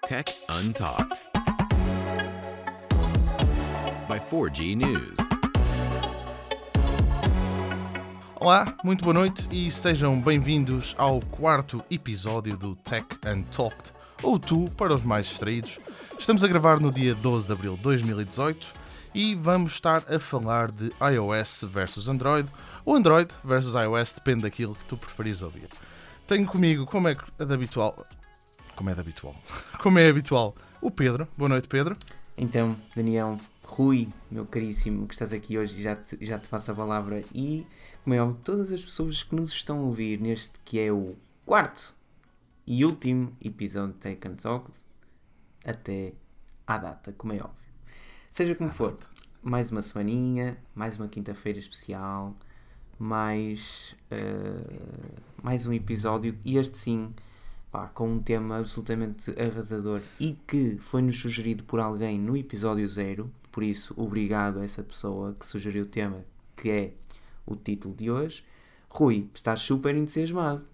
Tech Untalked by 4G News. Olá, muito boa noite e sejam bem-vindos ao quarto episódio do Tech Untalked, ou Tu para os mais distraídos. Estamos a gravar no dia 12 de abril de 2018 e vamos estar a falar de iOS versus Android, ou Android versus iOS, depende daquilo que tu preferires ouvir. Tenho comigo, como é habitual, o Pedro. Boa noite, Pedro. Então, Daniel, Rui, meu caríssimo, que estás aqui hoje e já te passo a palavra. E, como é óbvio, todas as pessoas que nos estão a ouvir neste que é o quarto e último episódio de Tech Untalked, até à data, como é óbvio. Seja como for, mais uma semaninha, mais uma quinta-feira especial, mais um episódio, e este sim, com um tema absolutamente arrasador e que foi-nos sugerido por alguém no episódio 0, por isso, obrigado a essa pessoa que sugeriu o tema, que é o título de hoje. Rui, estás super entusiasmado.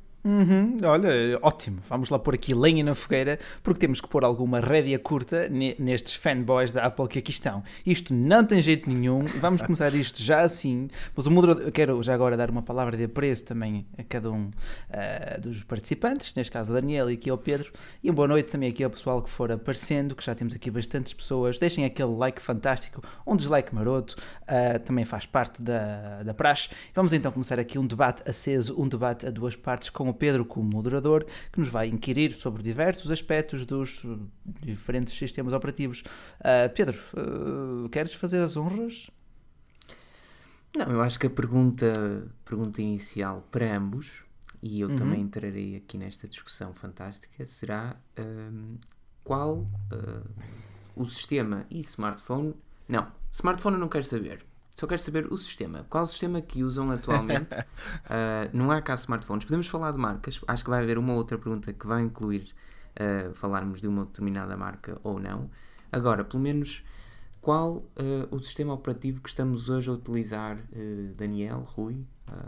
Olha, ótimo, vamos lá pôr aqui lenha na fogueira, porque temos que pôr alguma rédea curta nestes fanboys da Apple que aqui estão. Isto não tem jeito nenhum, vamos começar isto já assim, mas o moderador, quero já agora dar uma palavra de apreço também a cada um dos participantes, neste caso a Daniel e aqui ao Pedro, e uma boa noite também aqui ao pessoal que for aparecendo, que já temos aqui bastantes pessoas. Deixem aquele like fantástico, um dislike maroto, também faz parte da praxe. Vamos então começar aqui um debate aceso, um debate a duas partes, com o Pedro como moderador, que nos vai inquirir sobre diversos aspectos dos diferentes sistemas operativos. Pedro, queres fazer as honras? Não, eu acho que a pergunta inicial para ambos, e eu também entrarei aqui nesta discussão fantástica, será qual o sistema e smartphone... Não, smartphone eu não quero saber. Só quero saber o sistema. Qual o sistema que usam atualmente? Não há cá smartphones. Podemos falar de marcas. Acho que vai haver uma outra pergunta que vai incluir falarmos de uma determinada marca ou não. Agora, pelo menos, qual o sistema operativo que estamos hoje a utilizar, Daniel, Rui,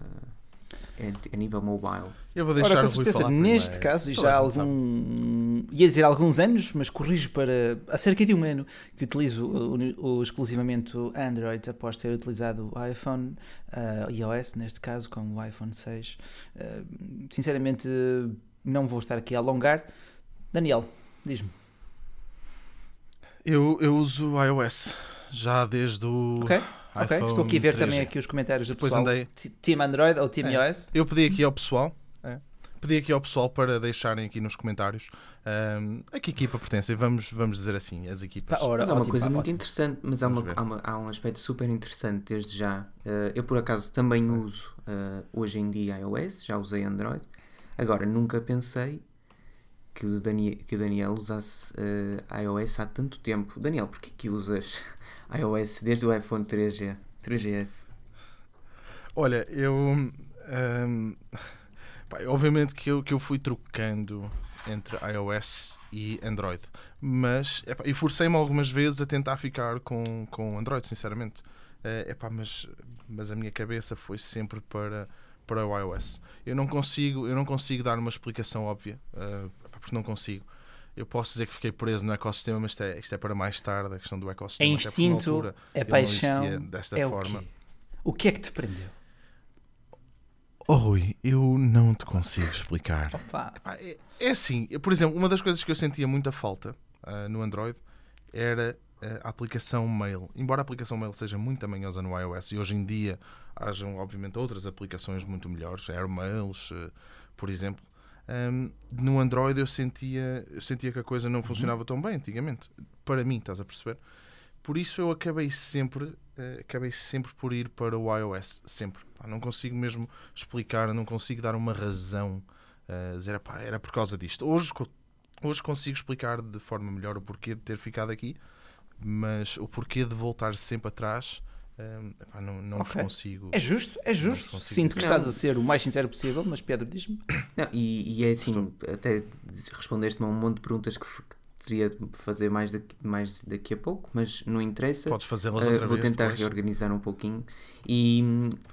a nível mobile? Eu vou deixar Ora, com o Rui certeza, falar neste primeiro. caso, já há ia dizer alguns anos, mas corrijo para há cerca de um ano que utilizo exclusivamente o Android após ter utilizado o iPhone, iOS neste caso, com o iPhone 6. Sinceramente, não vou estar aqui a alongar. Daniel, diz-me. Eu uso o iOS já desde o iPhone Estou aqui a ver 3G. também aqui os comentários do Depois pessoal. andei. Team Android ou Team iOS? Eu pedi aqui ao pessoal para deixarem aqui nos comentários a que equipa pertencem. Vamos dizer assim, as equipas. Mas há uma coisa muito interessante, mas há um aspecto super interessante desde já. Eu por acaso também uso hoje em dia iOS, já usei Android. Agora, nunca pensei que o Daniel usasse iOS há tanto tempo. Daniel, porquê que usas iOS desde o iPhone 3GS? Olha, obviamente que eu fui trocando entre iOS e Android, mas e forcei-me algumas vezes a tentar ficar com Android, sinceramente. Mas a minha cabeça foi sempre para o iOS. Eu não consigo dar uma explicação óbvia, porque não consigo. Eu posso dizer que fiquei preso no ecossistema, mas isto é para mais tarde, a questão do ecossistema. É instinto, é paixão, não desta é forma. O que é que te prendeu? Oh, Rui, eu não te consigo explicar. É assim, por exemplo, uma das coisas que eu sentia muita falta no Android era a aplicação Mail. Embora a aplicação Mail seja muito tamanhosa no iOS e hoje em dia hajam, obviamente, outras aplicações muito melhores, AirMails, por exemplo, no Android eu sentia que a coisa não funcionava tão bem antigamente. Para mim, estás a perceber? Por isso eu acabei sempre por ir para o iOS, sempre. Não consigo mesmo explicar, não consigo dar uma razão, dizer, era por causa disto. Hoje consigo explicar de forma melhor o porquê de ter ficado aqui, mas o porquê de voltar sempre atrás, não vos consigo. É justo. Sinto que estás a ser o mais sincero possível, mas Pedro, diz-me. Não, e é assim, até respondeste-me a um monte de perguntas que teria de fazer mais daqui a pouco, mas não interessa. Podes fazê-las outra vez. Vou tentar depois. reorganizar um pouquinho. E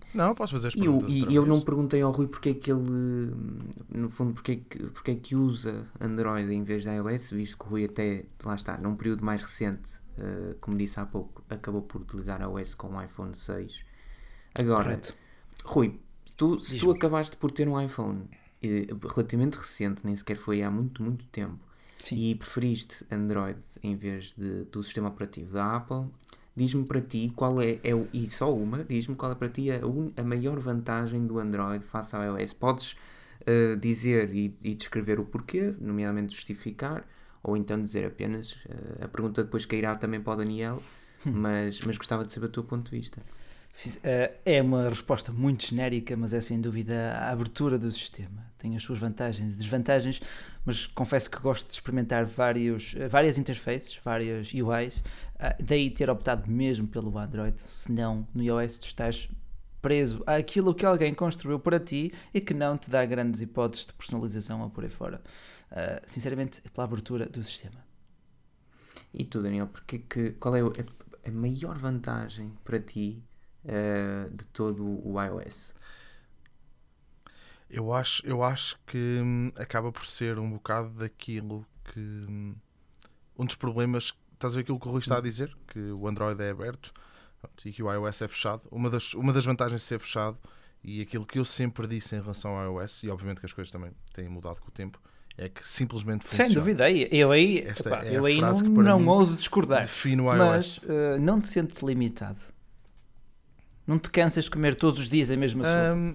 Não, podes fazer as E perguntas. eu não perguntei ao Rui porque é que ele, no fundo, porque é que usa Android em vez de iOS, visto que o Rui até, lá está, num período mais recente, como disse há pouco, acabou por utilizar iOS com o iPhone 6. Agora, Correto. Rui, se tu acabaste por ter um iPhone relativamente recente, nem sequer foi há muito, muito tempo, Sim. e preferiste Android em vez do sistema operativo da Apple, diz-me para ti qual e só uma, diz-me qual é para ti a maior vantagem do Android face ao iOS. Podes dizer e descrever o porquê, nomeadamente justificar, ou então dizer apenas, a pergunta depois cairá também para o Daniel, mas gostava de saber o teu ponto de vista. É uma resposta muito genérica, mas é sem dúvida a abertura do sistema. Tem as suas vantagens e desvantagens, mas confesso que gosto de experimentar várias interfaces, várias UIs, daí ter optado mesmo pelo Android, senão no iOS tu estás preso àquilo que alguém construiu para ti e que não te dá grandes hipóteses de personalização ou por aí fora. Sinceramente, é pela abertura do sistema. E tu, Daniel, qual é a maior vantagem para ti de todo o iOS? Eu acho que acaba por ser um bocado daquilo que... um dos problemas... Estás a ver aquilo que o Rui está a dizer? Que o Android é aberto e que o iOS é fechado. Uma das vantagens de ser fechado, e aquilo que eu sempre disse em relação ao iOS, e obviamente que as coisas também têm mudado com o tempo, é que simplesmente funciona. Sem dúvida, eu aí não ouso discordar, define o mas iOS. não te sentes limitado. Não te cansas de comer todos os dias a mesma sopa?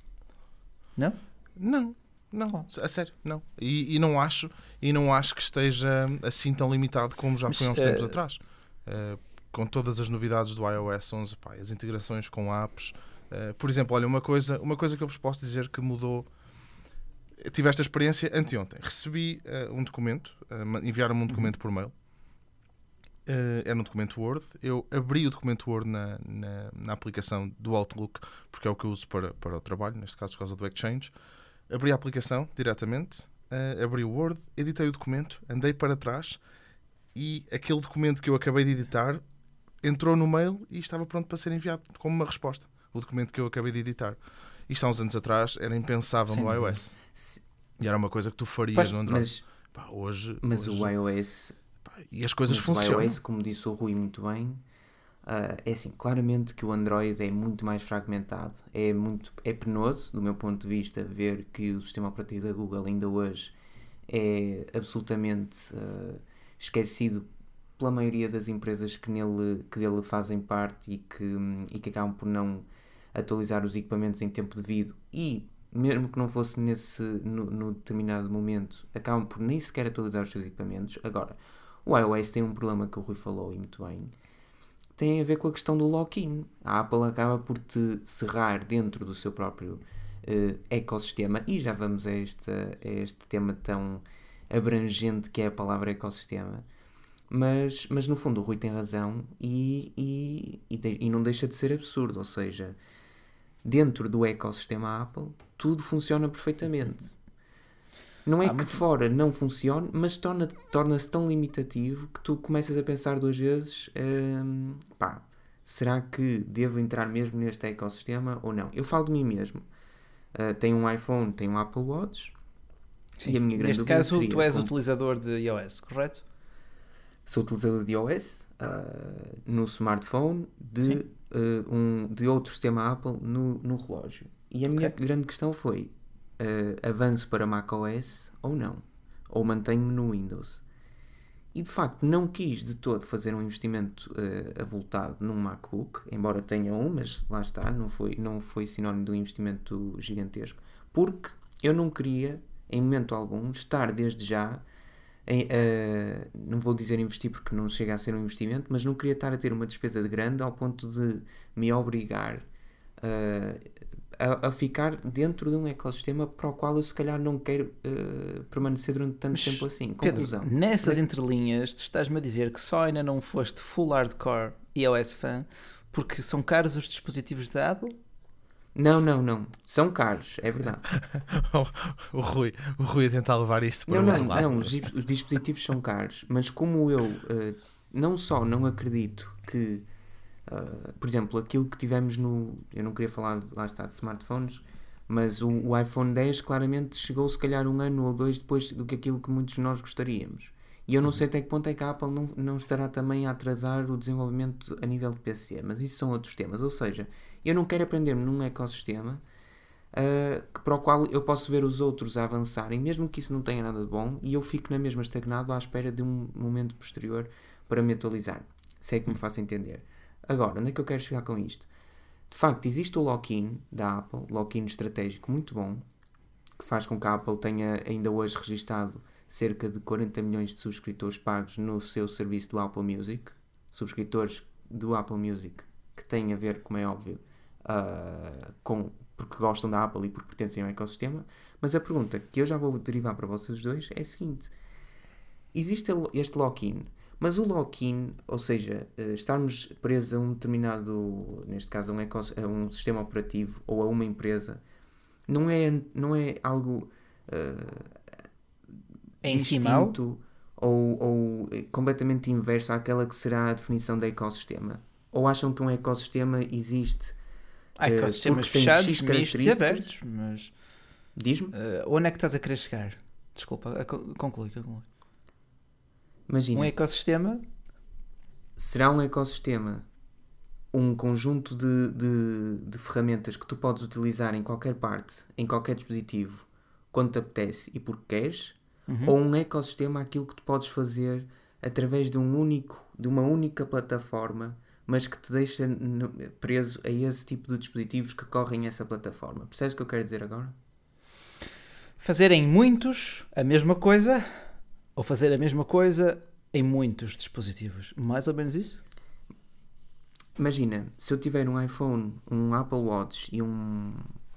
Não? Não, a sério, não. E não acho que esteja assim tão limitado como já foi há uns tempos atrás. Com todas as novidades do iOS 11, as integrações com apps. Por exemplo, olha, uma coisa que eu vos posso dizer que mudou. Eu tive esta experiência anteontem. Recebi um documento, enviaram-me um documento por mail. Era um documento Word. Eu abri o documento Word na aplicação do Outlook, porque é o que eu uso para o trabalho, neste caso por causa do Exchange. Abri a aplicação diretamente, abri o Word, editei o documento, andei para trás e aquele documento que eu acabei de editar entrou no mail e estava pronto para ser enviado como uma resposta. O documento que eu acabei de editar. Isto há uns anos atrás era impensável no iOS. E era uma coisa que tu farias no Android. Hoje, o iOS... E as coisas funcionam. O iOS, como disse o Rui muito bem, é assim, claramente que o Android é muito mais fragmentado. É penoso, do meu ponto de vista, ver que o sistema operativo da Google ainda hoje é absolutamente esquecido pela maioria das empresas que dele fazem parte e que acabam por não atualizar os equipamentos em tempo devido, e mesmo que não fosse no determinado momento, acabam por nem sequer atualizar os seus equipamentos. Agora, o iOS tem um problema que o Rui falou e muito bem, tem a ver com a questão do lock-in. A Apple acaba por te cerrar dentro do seu próprio ecossistema, e já vamos a este tema tão abrangente que é a palavra ecossistema. Mas no fundo o Rui tem razão e não deixa de ser absurdo, ou seja, dentro do ecossistema Apple tudo funciona perfeitamente. Não é que fora não funcione, mas torna-se tão limitativo que tu começas a pensar duas vezes, será que devo entrar mesmo neste ecossistema ou não? Eu falo de mim mesmo. Tenho um iPhone, tenho um Apple Watch. Sim. E a minha grande Neste caso tu és utilizador de iOS, correto? Sou utilizador de iOS no smartphone, de outro sistema Apple no relógio. E a minha grande questão foi, avanço para macOS ou não? Ou mantenho-me no Windows? E de facto não quis de todo fazer um investimento avultado num MacBook, embora tenha um, mas lá está, não foi sinónimo de um investimento gigantesco, porque eu não queria, em momento algum, estar desde já, não vou dizer investir porque não chega a ser um investimento, mas não queria estar a ter uma despesa de grande ao ponto de me obrigar a ficar dentro de um ecossistema para o qual eu se calhar não quero permanecer durante tanto tempo assim. Conclusão. Pedro, nessas entrelinhas tu estás-me a dizer que só ainda não foste full hardcore iOS fan porque são caros os dispositivos da Apple? Não. São caros, é verdade. o Rui a tentar levar isto para o outro lado. Não, os dispositivos são caros, mas como eu não só não acredito que Por exemplo, aquilo que tivemos eu não queria falar, lá está, de smartphones, mas o iPhone X claramente chegou se calhar 1 ano ou 2 depois do que aquilo que muitos de nós gostaríamos. E eu não sei até que ponto é que a Apple não estará também a atrasar o desenvolvimento a nível de PC, mas isso são outros temas. Ou seja, eu não quero aprender-me num ecossistema para o qual eu posso ver os outros a avançarem, mesmo que isso não tenha nada de bom, e eu fico na mesma estagnado à espera de um momento posterior para me atualizar. Se é que me faço entender. Agora, onde é que eu quero chegar com isto? De facto, existe o lock-in da Apple, lock-in estratégico muito bom, que faz com que a Apple tenha ainda hoje registado cerca de 40 milhões de subscritores pagos no seu serviço do Apple Music, subscritores do Apple Music que têm a ver, como é óbvio, porque gostam da Apple e porque pertencem ao ecossistema. Mas a pergunta que eu já vou derivar para vocês dois é a seguinte: existe este lock-in, mas o lock-in, ou seja, estarmos presos a um determinado, neste caso a um sistema operativo ou a uma empresa, não é algo distinto ou completamente inverso àquela que será a definição de ecossistema? Ou acham que um ecossistema existe há ecossistemas porque tem fechados, X mistos e abertos, mas diz-me? onde é que estás a querer chegar? Desculpa, conclui. Imagina, Um ecossistema será um ecossistema um conjunto de ferramentas que tu podes utilizar em qualquer parte, em qualquer dispositivo, quando te apetece e porque queres, ou um ecossistema aquilo que tu podes fazer através de uma única plataforma, mas que te deixa preso a esse tipo de dispositivos que correm essa plataforma. Percebes o que eu quero dizer agora? fazerem muitos a mesma coisa ou fazer a mesma coisa em muitos dispositivos. Mais ou menos isso? Imagina, se eu tiver um iPhone, um Apple Watch e um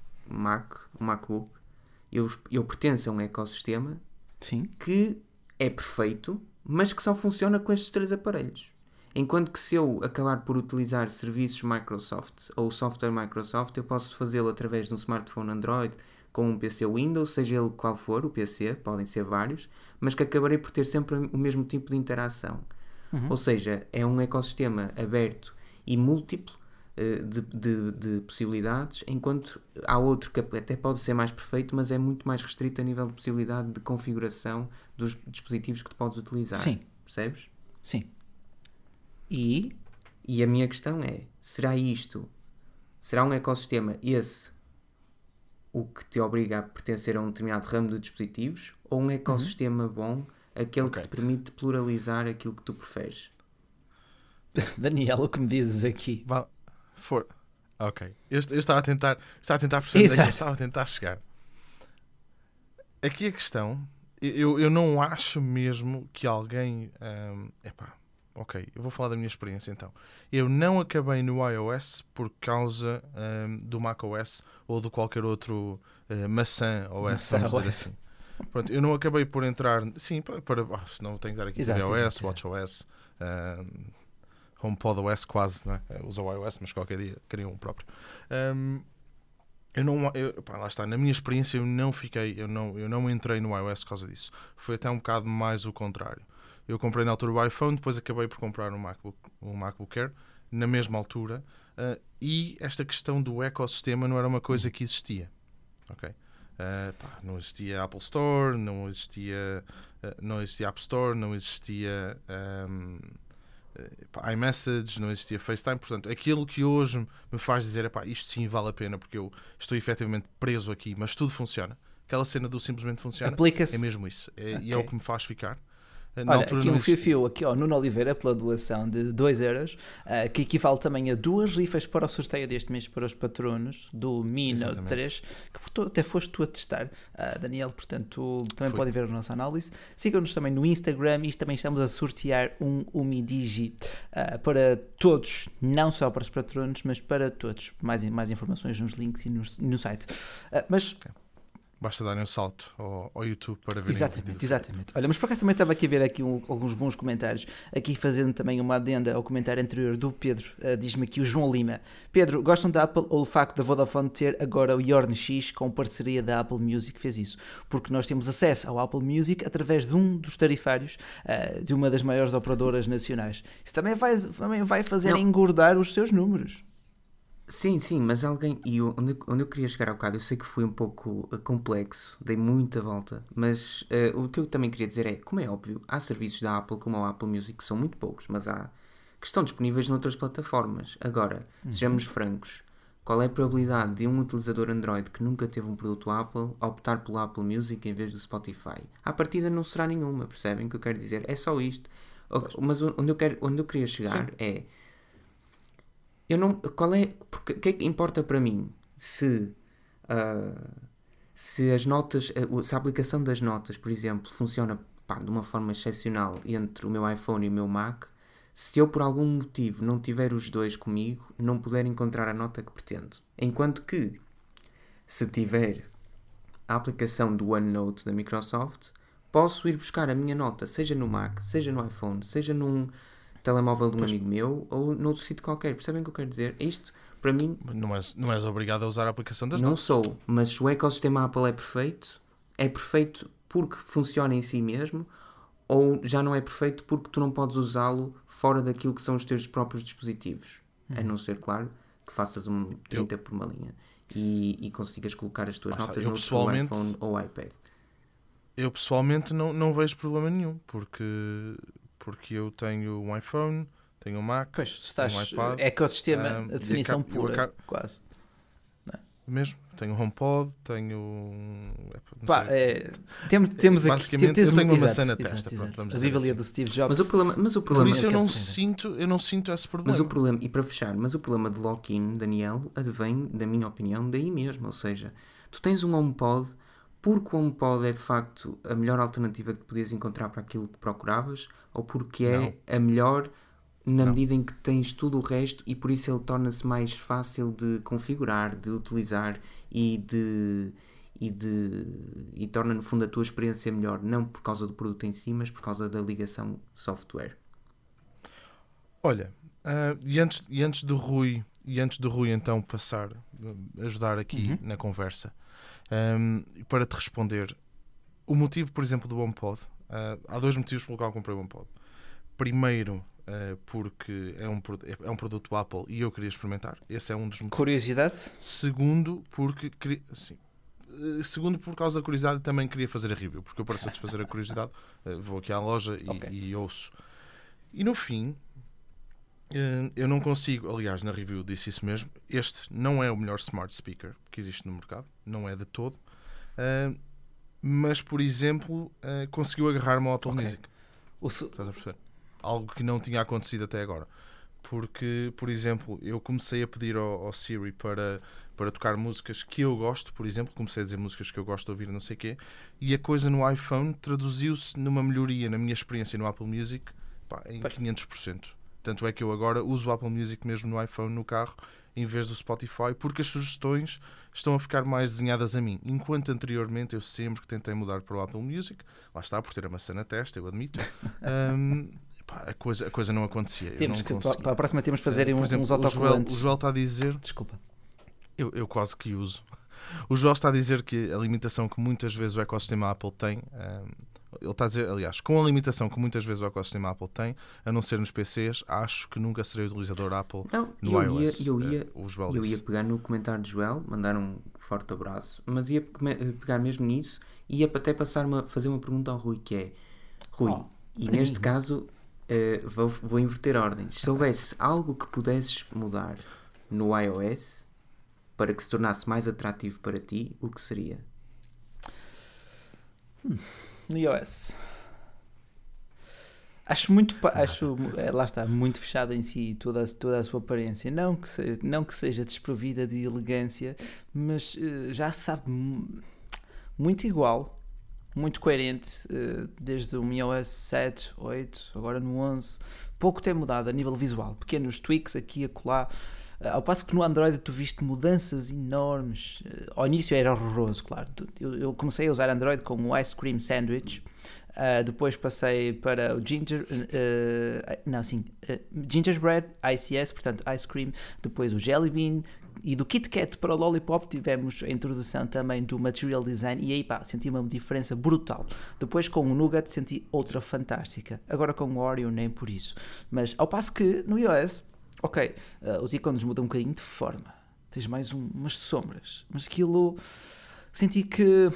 MacBook, eu pertenço a um ecossistema Sim. que é perfeito, mas que só funciona com estes 3 aparelhos. Enquanto que se eu acabar por utilizar serviços Microsoft ou software Microsoft, eu posso fazê-lo através de um smartphone Android com um PC Windows, seja ele qual for o PC, podem ser vários, mas que acabarei por ter sempre o mesmo tipo de interação. Ou seja, é um ecossistema aberto e múltiplo de possibilidades, enquanto há outro que até pode ser mais perfeito, mas é muito mais restrito a nível de possibilidade de configuração dos dispositivos que tu podes utilizar. Sim. Percebes? Sim. E a minha questão é, será um ecossistema esse o que te obriga a pertencer a um determinado ramo de dispositivos, ou um ecossistema bom, aquele que te permite pluralizar aquilo que tu preferes? Daniel, o que me dizes aqui? Ok. Eu estava a tentar perceber onde é que eu Exato. estava a tentar chegar. Aqui a questão, eu não acho mesmo que alguém... ok, eu vou falar da minha experiência então. Eu não acabei no iOS por causa do macOS ou de qualquer outro maçã OS, vamos dizer assim. Pronto, eu não acabei por entrar... Sim, senão tenho que dar aqui iOS, WatchOS... HomePod OS quase, não é? Usa o iOS, mas qualquer dia queria um próprio. Lá está, na minha experiência eu não entrei no iOS por causa disso. Foi até um bocado mais o contrário. Eu comprei na altura o iPhone, depois acabei por comprar um MacBook Air na mesma altura, e esta questão do ecossistema não era uma coisa que existia. Ok? Não existia Apple Store, não existia App Store, não existia iMessage, não existia FaceTime. Portanto, aquilo que hoje me faz dizer isto sim vale a pena porque eu estou efetivamente preso aqui, mas tudo funciona, aquela cena do simplesmente funciona, é mesmo isso, e é o que me faz ficar. Olha, aqui um fio aqui ao Nuno Oliveira pela doação de 2€, que equivale também a 2 rifas para o sorteio deste mês para os patronos do Mi Note 3, que até foste tu a testar, Daniel, portanto também podem ver a nossa análise. Sigam-nos também no Instagram e também estamos a sortear um UmiDigi para todos, não só para os patronos, mas para todos. Mais informações nos links e no site. Mas Basta darem um salto ao YouTube para verem o vídeo. Exatamente. Olha, mas por acaso também estava aqui a ver aqui alguns bons comentários, aqui fazendo também uma adenda ao comentário anterior do Pedro. Diz-me aqui o João Lima. Pedro, gostam da Apple ou o facto da Vodafone ter agora o Yorn X com parceria da Apple Music fez isso? Porque nós temos acesso ao Apple Music através de um dos tarifários de uma das maiores operadoras nacionais. Isso também vai fazer engordar os seus números. Sim, mas alguém... E onde eu queria chegar ao bocado, eu sei que foi um pouco complexo, dei muita volta, mas o que eu também queria dizer é, como é óbvio, há serviços da Apple como o Apple Music que são muito poucos, mas há que estão disponíveis noutras plataformas. Agora, sejamos francos, qual é a probabilidade de um utilizador Android que nunca teve um produto Apple optar pelo Apple Music em vez do Spotify? À partida não será nenhuma, percebem o que eu quero dizer? É só isto. Mas onde eu queria chegar é... Porque o que é que importa para mim se as notas, se a aplicação das notas, por exemplo, funciona de uma forma excepcional entre o meu iPhone e o meu Mac, se eu por algum motivo não tiver os dois comigo, não puder encontrar a nota que pretendo. Enquanto que, se tiver a aplicação do OneNote da Microsoft, posso ir buscar a minha nota, seja no Mac, seja no iPhone, seja num telemóvel de um amigo meu ou noutro sítio qualquer. Percebem o que eu quero dizer? Isto, para mim... Não és obrigado a usar a aplicação das notas. Não sou, mas se o ecossistema Apple é perfeito porque funciona em si mesmo, ou já não é perfeito porque tu não podes usá-lo fora daquilo que são os teus próprios dispositivos. A não ser, claro, que faças um 30 por uma linha e consigas colocar as tuas notas no teu iPhone ou iPad. Eu pessoalmente não vejo problema nenhum, porque eu tenho um iPhone, tenho um Mac, tenho um iPad. Ecossistema, a definição pura, quase. Não é? Mesmo, tenho um HomePod, tenho... Temos aqui... Basicamente, eu tenho uma maçã na testa. Pronto, vamos a Bíblia assim. do Steve Jobs. Mas o problema por isso eu não sinto esse problema. Mas o problema, e para fechar, o problema de lock-in, Daniel, advém, da minha opinião, daí mesmo. Ou seja, tu tens um HomePod, porque o HomePod é de facto a melhor alternativa que podias encontrar para aquilo que procuravas, ou porque é a melhor na medida em que tens tudo o resto e por isso ele torna-se mais fácil de configurar, de utilizar e torna no fundo a tua experiência melhor, não por causa do produto em si, mas por causa da ligação software. Olha, e antes do Rui então passar, ajudar aqui na conversa, para te responder, o motivo, por exemplo, do HomePod, há dois motivos pelo qual comprei o HomePod. Primeiro, porque é um produto Apple e eu queria experimentar. Esse é um dos motivos. Curiosidade? Segundo, por causa da curiosidade, também queria fazer a review, porque eu, para satisfazer a curiosidade, vou aqui à loja e ouço. E no fim, eu não consigo, aliás, na review disse isso mesmo, este não é o melhor smart speaker que existe no mercado, não é de todo, mas, por exemplo, conseguiu agarrar-me ao Apple Music. Estás a perceber? Algo que não tinha acontecido até agora. Porque, por exemplo, eu comecei a pedir ao Siri para tocar músicas que eu gosto, por exemplo, comecei a dizer músicas que eu gosto de ouvir, não sei o quê, e a coisa no iPhone traduziu-se numa melhoria na minha experiência no Apple Music em 500%. Tanto é que eu agora uso o Apple Music mesmo no iPhone, no carro, em vez do Spotify, porque as sugestões estão a ficar mais desenhadas a mim. Enquanto anteriormente eu sempre que tentei mudar para o Apple Music, lá está, por ter a maçã na testa, eu admito, a coisa não acontecia. Para a próxima temos de fazer uns autocolantes. O Joel está a dizer... Desculpa. Eu quase que uso. O Joel está a dizer que a limitação que muitas vezes o ecossistema Apple tem... Ele está a dizer, aliás, com a limitação que muitas vezes o ecossistema Apple tem, a não ser nos PCs, acho que nunca serei utilizador Apple no iOS. Eu ia pegar no comentário de Joel, mandar um forte abraço, mas ia pegar mesmo nisso e ia até fazer uma pergunta ao Rui, que é, Rui, neste caso vou inverter ordens. Se houvesse algo que pudesses mudar no iOS para que se tornasse mais atrativo para ti, o que seria? No iOS acho lá está, muito fechada em si toda a sua aparência, não que seja desprovida de elegância, mas já sabe muito igual, muito coerente, desde o iOS 7, 8, agora no 11, pouco tem mudado a nível visual, pequenos tweaks aqui e acolá, Ao passo que no Android tu viste mudanças enormes. Ao início era horroroso, claro. Eu comecei a usar Android com o Ice Cream Sandwich. Depois passei para o Gingerbread, ICS, portanto Ice Cream, depois o Jelly Bean, e do Kit Kat para o Lollipop tivemos a introdução também do Material Design, e aí senti uma diferença brutal. Depois com o Nougat senti outra fantástica, agora com o Oreo nem por isso. Mas ao passo que no iOS, ok, os ícones mudam um bocadinho de forma, tens mais umas sombras, mas aquilo senti que...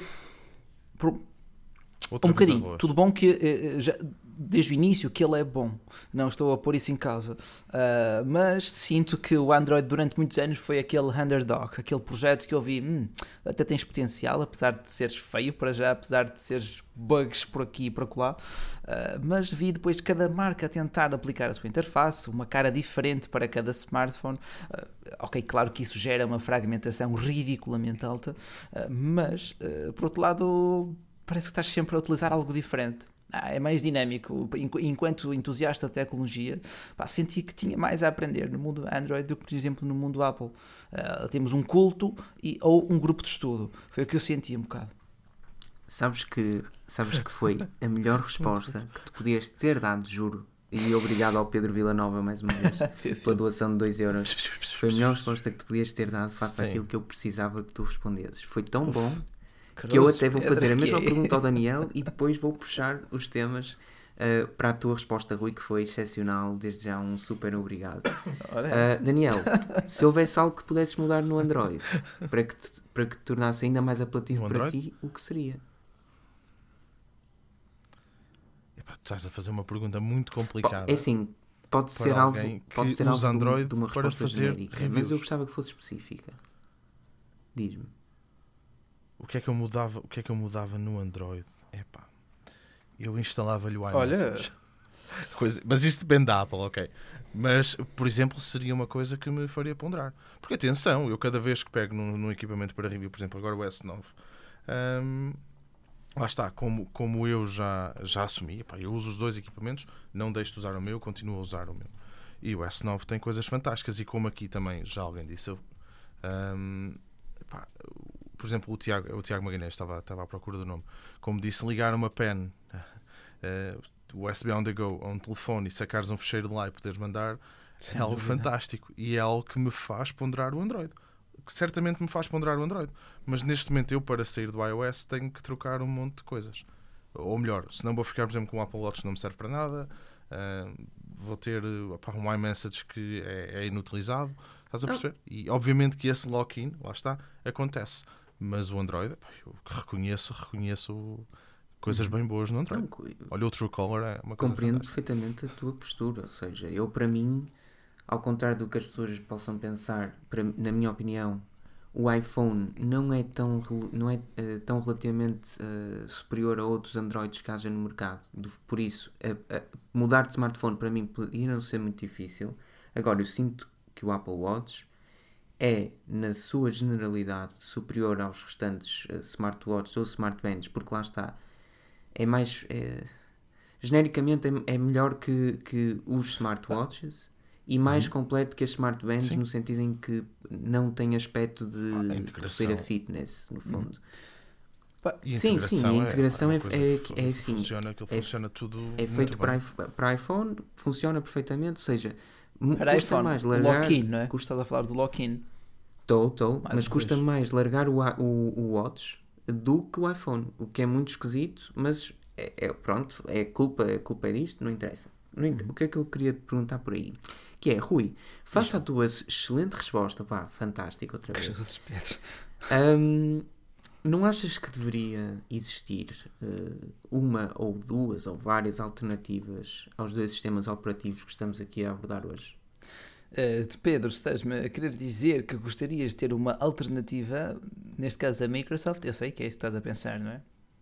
Outra um bocadinho, arroz. tudo bom que desde o início que ele é bom, não estou a pôr isso em causa, mas sinto que o Android durante muitos anos foi aquele underdog, aquele projeto que eu vi, até tens potencial, apesar de seres feio para já, apesar de seres bugs por aqui e por acolá, mas vi depois de cada marca tentar aplicar a sua interface, uma cara diferente para cada smartphone. Ok, claro que isso gera uma fragmentação ridiculamente alta, mas por outro lado parece que estás sempre a utilizar algo diferente. É mais dinâmico. Enquanto entusiasta da tecnologia, senti que tinha mais a aprender no mundo Android do que, por exemplo, no mundo Apple. Temos um culto ou um grupo de estudo. Foi o que eu senti um bocado. Sabes que foi a melhor resposta que tu podias ter dado, juro. E obrigado ao Pedro Villanova mais uma vez pela doação de 2 euros. Foi a melhor resposta que tu podias ter dado face àquilo que eu precisava que tu respondesses. Foi tão bom que eu até vou fazer a mesma pergunta ao Daniel e depois vou puxar os temas para a tua resposta, Rui, que foi excepcional. Desde já um super obrigado. Daniel, se houvesse algo que pudesses mudar no Android para que te tornasse ainda mais apelativo para ti, o que seria? Tu estás a fazer uma pergunta muito complicada. É assim, pode ser algo Android de uma para resposta fazer genérica, reviews. mas eu gostava que fosse específica. Diz-me. O que é que eu mudava no Android? Eu instalava-lhe o Olha, iMessage. Mas isso depende da Apple, ok. Mas, por exemplo, seria uma coisa que me faria ponderar. Porque, atenção, eu cada vez que pego num equipamento para review, por exemplo, agora o S9, lá está, como eu já assumi, eu uso os dois equipamentos, não deixo de usar o meu, continuo a usar o meu. E o S9 tem coisas fantásticas, e como aqui também já alguém disse, por exemplo, o Tiago Magalhães estava à procura do nome. Como disse, ligar uma pen USB on the go a um telefone e sacares um fecheiro de lá e poderes mandar é algo fantástico. E é algo que me faz ponderar o Android. Que certamente me faz ponderar o Android. Mas neste momento eu, para sair do iOS, tenho que trocar um monte de coisas. Ou melhor, se não vou ficar, por exemplo, com o Apple Watch, não me serve para nada. Vou ter um iMessage que é inutilizado. Estás a perceber? E obviamente que esse lock-in, lá está, acontece. Mas o Android, eu reconheço coisas bem boas no Android. Olha, o Truecaller é uma coisa Compreendo fantástica. perfeitamente a tua postura. Ou seja, eu, para mim, ao contrário do que as pessoas possam pensar, na minha opinião, o iPhone não é tão relativamente superior a outros Androids que haja no mercado. Por isso, mudar de smartphone para mim podia não ser muito difícil. Agora, eu sinto que o Apple Watch é, na sua generalidade, superior aos restantes smartwatches ou smartbands, porque lá está, é mais... genericamente é melhor que os smartwatches e mais completo que as smartbands. Sim. No sentido em que não tem aspecto de pulseira fitness, no fundo. Sim, a integração é assim. Funciona tudo. É feito para iPhone, funciona perfeitamente, ou seja... Para custa iPhone, mais largar... lock-in, não é? Custa a falar do lock-in. Mas custa mais largar o Watch do que o iPhone, o que é muito esquisito, mas pronto, culpa é disto, não interessa. O que é que eu queria te perguntar por aí? Que é, Rui, faça a tua excelente resposta, fantástico outra vez. Não achas que deveria existir uma ou duas ou várias alternativas aos dois sistemas operativos que estamos aqui a abordar hoje? Pedro, estás-me a querer dizer que gostarias de ter uma alternativa, neste caso a Microsoft? Eu sei que é isso que estás a pensar, não é?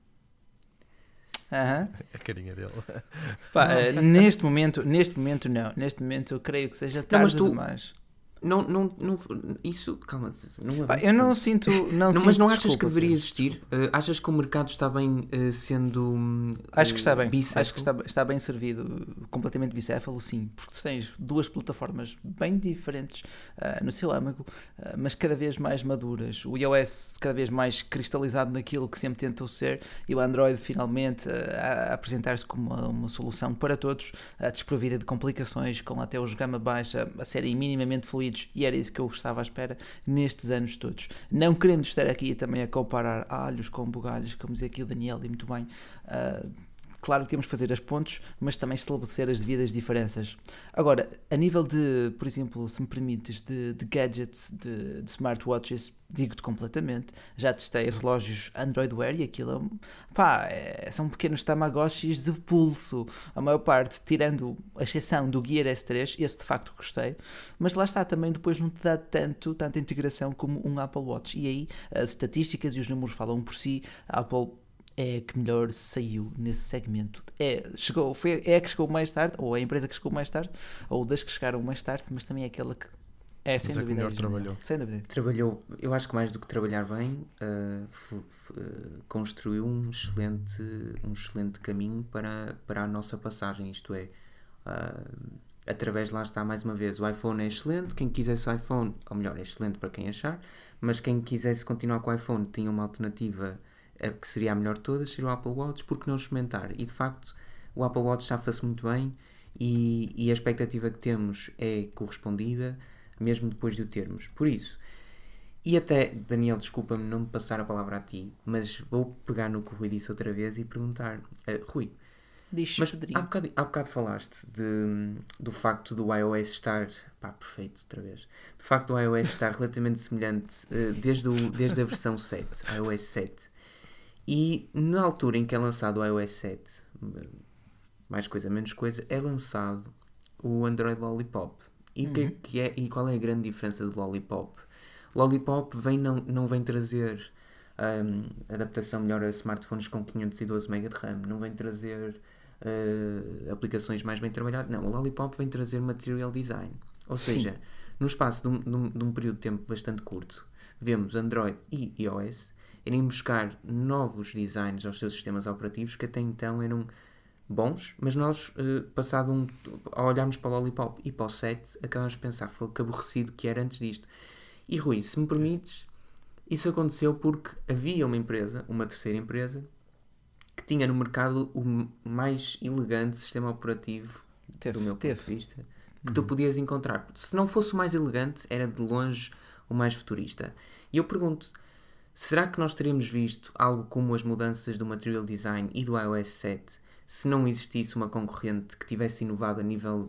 A carinha dele. Neste momento não. Neste momento eu creio que seja tarde demais. isso, calma, não Pá, eu não sinto. Mas não achas desculpa, que deveria Pedro, existir? Achas que o mercado está bem sendo Acho que está bem. bicéfalo? Acho que está bem servido, completamente bicéfalo, sim, porque tu tens duas plataformas bem diferentes no seu âmago, mas cada vez mais maduras. O iOS cada vez mais cristalizado naquilo que sempre tentou ser, e o Android finalmente a apresentar-se como uma solução para todos, desprovida de complicações, com até os gama baixa a serem minimamente fluidos, e era isso que eu estava à espera nestes anos todos. Não querendo estar aqui também a comparar alhos com bugalhos, como dizia aqui o Daniel, e muito bem, claro que temos que fazer as pontes, mas também estabelecer as devidas diferenças. Agora, a nível de, por exemplo, se me permites, de gadgets, de smartwatches, digo-te completamente, já testei relógios Android Wear e aquilo, são pequenos tamagotchis de pulso, a maior parte, tirando a exceção do Gear S3, esse de facto gostei, mas lá está, também depois não te dá tanta integração como um Apple Watch, e aí as estatísticas e os números falam por si. A Apple é a que melhor saiu nesse segmento. É a que chegou mais tarde, ou a empresa que chegou mais tarde, ou das que chegaram mais tarde, mas também é aquela que sem dúvida, melhor trabalhou. Sem dúvida. Trabalhou, eu acho que mais do que trabalhar bem, construiu um excelente caminho para a nossa passagem, isto é, através, lá está mais uma vez, o iPhone é excelente, quem quisesse iPhone, ou melhor, é excelente para quem achar, mas quem quisesse continuar com o iPhone tinha uma alternativa que seria a melhor de todas, seria o Apple Watch, porque não experimentar? E de facto o Apple Watch safa-se muito bem, e a expectativa que temos é correspondida mesmo depois de o termos. Por isso, e até, Daniel, desculpa-me não me passar a palavra a ti, mas vou pegar no que o Rui disse outra vez e perguntar, Rui, mas há bocado falaste do facto do iOS estar perfeito outra vez, do facto do iOS estar relativamente semelhante desde a versão 7, iOS 7. E na altura em que é lançado o iOS 7, mais coisa, menos coisa, é lançado o Android Lollipop. E o que é, e qual é a grande diferença do Lollipop? Lollipop não vem trazer adaptação melhor a smartphones com 512 MB de RAM, não vem trazer aplicações mais bem trabalhadas, não, o Lollipop vem trazer material design. Ou seja, no espaço de um período de tempo bastante curto, vemos Android e iOS irem buscar novos designs aos seus sistemas operativos que até então eram bons, mas nós, ao olharmos para o Lollipop e para o 7, acabamos de pensar, foi que aborrecido que era antes disto. E Rui, se me permites, isso aconteceu porque havia uma terceira empresa, que tinha no mercado o mais elegante sistema operativo, do meu ponto de vista, que tu podias encontrar. Se não fosse o mais elegante, era de longe o mais futurista. E eu pergunto, será que nós teríamos visto algo como as mudanças do Material Design e do iOS 7 se não existisse uma concorrente que tivesse inovado a nível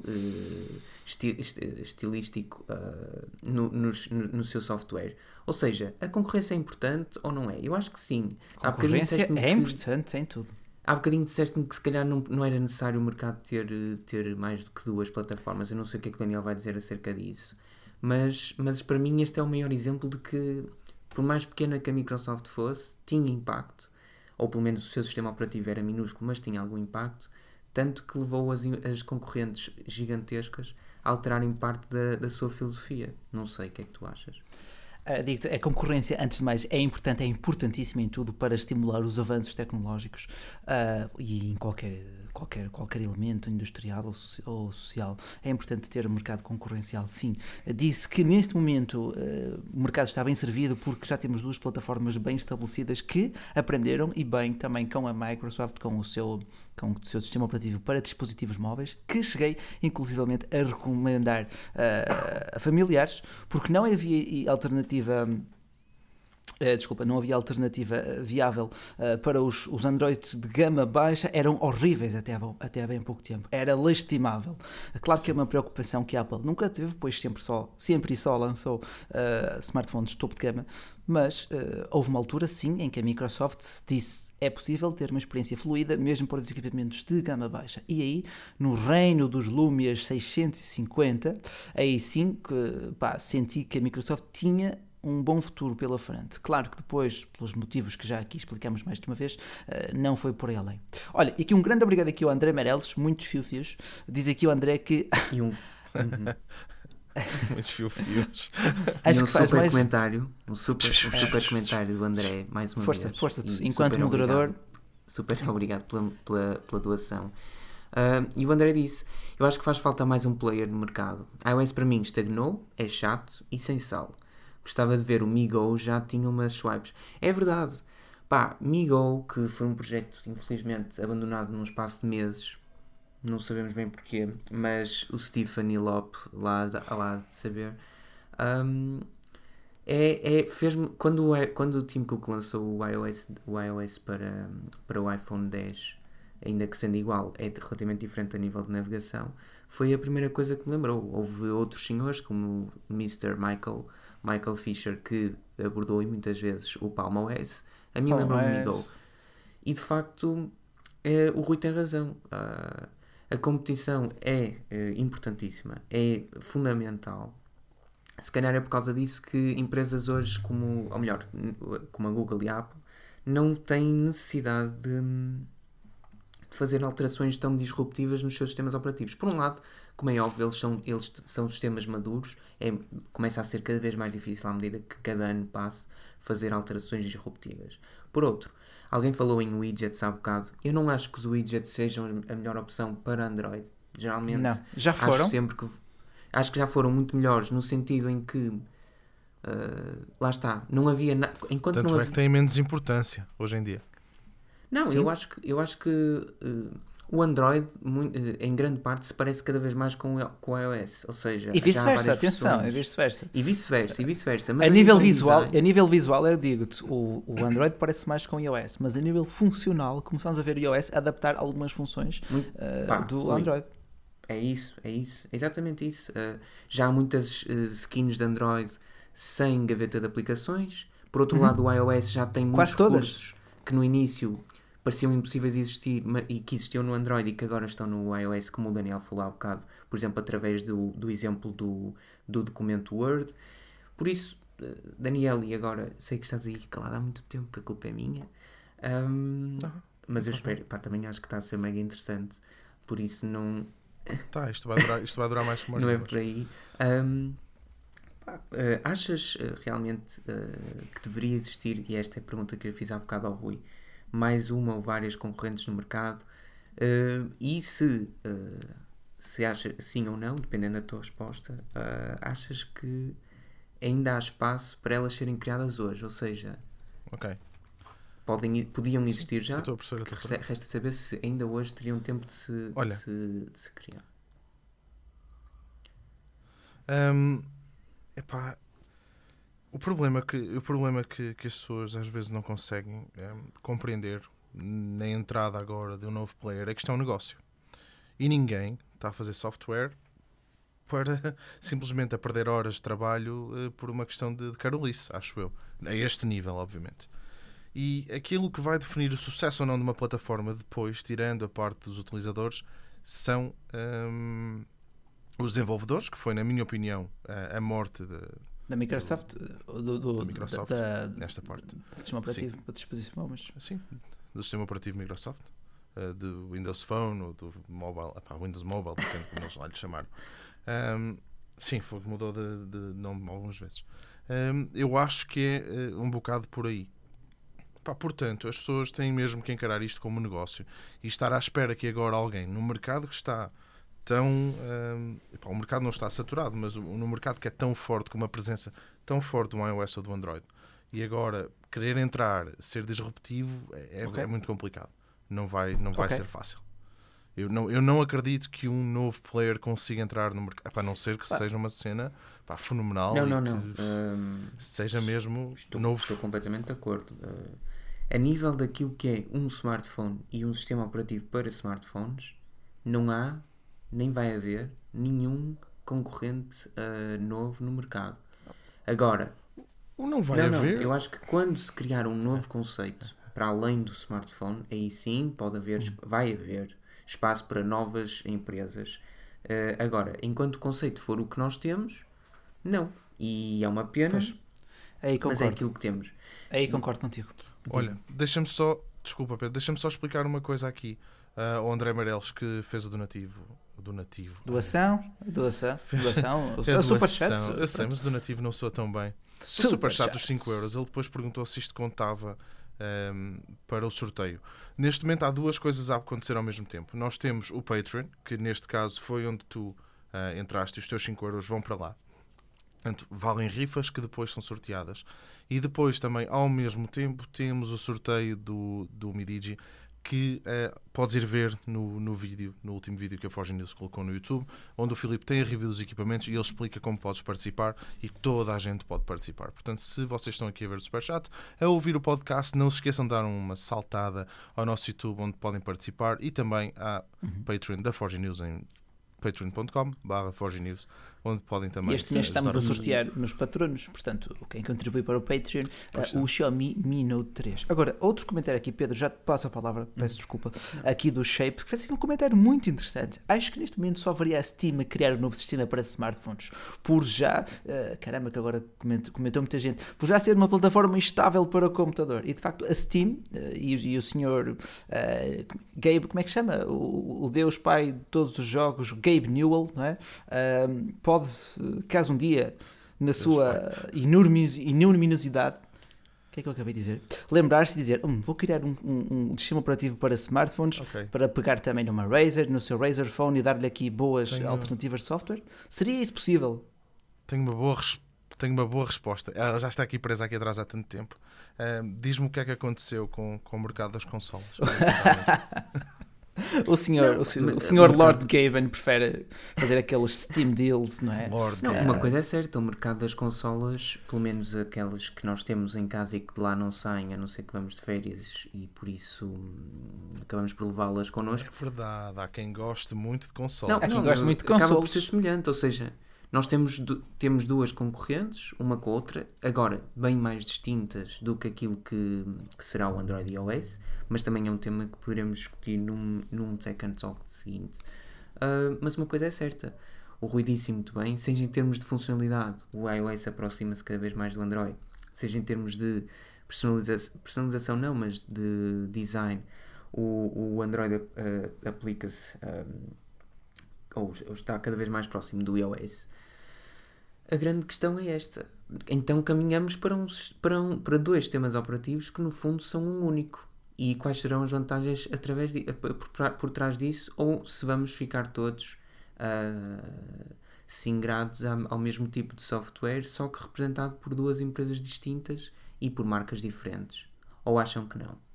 estilístico no seu software? Ou seja, a concorrência é importante ou não é? Eu acho que sim. A concorrência é importante em tudo. Há bocadinho disseste-me que se calhar não era necessário o mercado ter mais do que duas plataformas. Eu não sei o que é que o Daniel vai dizer acerca disso. Mas para mim este é o maior exemplo de que, por mais pequena que a Microsoft fosse, tinha impacto, ou pelo menos o seu sistema operativo era minúsculo, mas tinha algum impacto, tanto que levou as concorrentes gigantescas a alterarem parte da sua filosofia. Não sei o que é que tu achas. Digo-te, a concorrência, antes de mais, é importantíssima em tudo para estimular os avanços tecnológicos e em qualquer elemento industrial ou social. É importante ter um mercado concorrencial, sim. Disse que neste momento o mercado está bem servido porque já temos duas plataformas bem estabelecidas que aprenderam, e bem também com a Microsoft, com o seu sistema operativo para dispositivos móveis, que cheguei inclusivamente a recomendar a familiares, porque não havia alternativa viável para os Androids de gama baixa, eram horríveis até há bem pouco tempo, era lastimável. Claro que é uma preocupação que a Apple nunca teve, pois sempre só lançou smartphones de topo de gama, mas houve uma altura sim em que a Microsoft disse é possível ter uma experiência fluida mesmo para os equipamentos de gama baixa, e aí no reino dos Lumia 650, aí sim que senti que a Microsoft tinha um bom futuro pela frente. Claro que depois, pelos motivos que já aqui explicamos mais de uma vez, não foi por aí além. Olha, e aqui um grande obrigado aqui ao André Meirelles, muitos fios. Diz aqui o André que... Muitos fio-fios. E um super comentário, um super comentário do André, mais uma vez. Força, tu, enquanto moderador. Super obrigado pela doação. E o André disse: eu acho que faz falta mais um player no mercado. A iOS para mim estagnou, é chato e sem sal. Gostava de ver o MeGo, já tinha umas swipes. É verdade. Pá, MeGo, que foi um projeto infelizmente abandonado num espaço de meses, não sabemos bem porquê, mas o Stephanie Lop lá de saber, fez-me, quando o Tim Cook lançou o iOS para o iPhone X, ainda que sendo igual, é relativamente diferente a nível de navegação, foi a primeira coisa que me lembrou. Houve outros senhores, como o Mr. Michael Fisher, que abordou muitas vezes o Palm OS. A mim lembrou-me o MeGo. E de facto, o Rui tem razão. A competição é importantíssima, é fundamental. Se calhar é por causa disso que empresas hoje, como a Google e a Apple, não têm necessidade de fazer alterações tão disruptivas nos seus sistemas operativos. Por um lado, como é óbvio, eles são sistemas maduros, começa a ser cada vez mais difícil à medida que cada ano passe fazer alterações disruptivas. Por outro, alguém falou em widgets há bocado. Eu não acho que os widgets sejam a melhor opção para Android. Geralmente, não. Já foram? Acho que já foram muito melhores, no sentido em que lá está, não havia nada. Tanto é que tem menos importância hoje em dia. Não, eu acho que o Android, em grande parte, se parece cada vez mais com o iOS. Ou seja, e vice-versa, atenção, é vice-versa. E vice-versa. Mas a nível visual, eu digo-te, o Android parece mais com o iOS, mas a nível funcional, começamos a ver o iOS adaptar algumas funções do Android. É isso, exatamente isso. Já há muitas skins de Android sem gaveta de aplicações. Por outro lado, o iOS já tem muitos recursos que no início pareciam impossíveis de existir e que existiam no Android e que agora estão no iOS, como o Daniel falou há bocado, por exemplo, através do exemplo do documento Word. Por isso, Daniel, e agora sei que estás aí calado há muito tempo, que a culpa é minha, mas eu espero, também acho que está a ser mega interessante, por isso não... Isto vai durar mais que uma não é por aí. Achas realmente que deveria existir, e esta é a pergunta que eu fiz há bocado ao Rui, mais uma ou várias concorrentes no mercado, e se achas sim ou não, dependendo da tua resposta, achas que ainda há espaço para elas serem criadas hoje? Ou seja, podiam existir já. Resta saber se ainda hoje teriam tempo de se criar. O problema que as pessoas às vezes não conseguem compreender na entrada agora de um novo player é que isto é um negócio. E ninguém está a fazer software para simplesmente a perder horas de trabalho por uma questão de carolice, acho eu. A este nível, obviamente. E aquilo que vai definir o sucesso ou não de uma plataforma depois, tirando a parte dos utilizadores, são os desenvolvedores, que foi, na minha opinião, a morte da Microsoft, da Microsoft nesta parte. Do sistema operativo para disposição, mas... Sim, do sistema operativo Microsoft, do Windows Phone ou do Mobile, Windows Mobile, depende como eles lá lhe chamaram. Sim, foi que mudou de nome algumas vezes. Eu acho que é um bocado por aí. Portanto, as pessoas têm mesmo que encarar isto como um negócio e estar à espera que agora alguém, no mercado que está tão... o mercado não está saturado, mas no mercado que é tão forte, com uma presença tão forte do iOS ou do Android, e agora querer entrar, ser disruptivo, é muito complicado. Não vai ser fácil. Eu não acredito que um novo player consiga entrar no mercado, a não ser que seja uma cena fenomenal. Não. Seja mesmo novo. Estou completamente de acordo. A nível daquilo que é um smartphone e um sistema operativo para smartphones, não há, nem vai haver, nenhum concorrente novo no mercado. Agora, não vai haver. Eu acho que quando se criar um novo conceito para além do smartphone, aí sim vai haver espaço para novas empresas. Agora, enquanto o conceito for o que nós temos, não. E é uma pena, mas é aquilo que temos. Aí concordo contigo. Olha, deixa-me só explicar uma coisa aqui ao André Marelos, que fez o donativo donativo. Doação, É superchat. doação. Eu sei, mas o donativo não soa tão bem. O superchat dos 5 euros, ele depois perguntou se isto contava para o sorteio. Neste momento há duas coisas a acontecer ao mesmo tempo. Nós temos o Patreon, que neste caso foi onde tu entraste e os teus 5 euros vão para lá. Portanto, valem rifas que depois são sorteadas. E depois também, ao mesmo tempo, temos o sorteio do Midigi, que podes ir ver no último vídeo que a Forge News colocou no YouTube, onde o Filipe tem a review dos equipamentos e ele explica como podes participar e toda a gente pode participar. Portanto, se vocês estão aqui a ver o Superchat, a ouvir o podcast, não se esqueçam de dar uma saltada ao nosso YouTube, onde podem participar, e também à Patreon da Forge News em patreon.com/Forge News, onde podem também... E este mês estamos a sortear nos patronos, portanto, quem contribui para o Patreon, o Xiaomi Mi Note 3. Agora, outro comentário aqui, Pedro, já te passo a palavra, peço desculpa, aqui do Shape, que fez assim um comentário muito interessante. Acho que neste momento só haveria a Steam a criar um novo sistema para smartphones, por já, caramba, que agora comentou muita gente, por já ser uma plataforma instável para o computador. E de facto, a Steam e o senhor Gabe, como é que chama? O Deus Pai de todos os jogos, Gabe Newell, não é? Pode, caso um dia, na sua enorminosidade, o que é que eu acabei de dizer? Lembrar-se de dizer, vou criar um sistema operativo para smartphones, para pegar também numa Razer, no seu Razer Phone e dar-lhe aqui boas alternativas de software. Seria isso possível? Tenho uma boa resposta. Ela já está aqui presa aqui atrás há tanto tempo. Diz-me o que é que aconteceu com o mercado das consolas. O senhor Lord Gaben prefere fazer aqueles Steam Deals, não é? Uma coisa é certa, o mercado das consolas, pelo menos aquelas que nós temos em casa e que de lá não saem, a não ser que vamos de férias e por isso acabamos por levá-las connosco. É verdade, há quem goste muito de consolas. Há quem goste muito de consoles. Acaba por ser semelhante, ou seja, nós temos duas concorrentes, uma com a outra, agora bem mais distintas do que aquilo que será o Android e iOS, mas também é um tema que poderemos discutir num second talk seguinte. Mas uma coisa é certa, o Rui disse muito bem, seja em termos de funcionalidade, o iOS aproxima-se cada vez mais do Android, seja em termos de personalização não, mas de design, o Android aplica-se, ou está cada vez mais próximo do iOS. A grande questão é esta. Então caminhamos para dois sistemas operativos que no fundo são um único. E quais serão as vantagens por trás disso? Ou se vamos ficar todos singrados ao mesmo tipo de software, só que representado por duas empresas distintas e por marcas diferentes? Ou acham que não?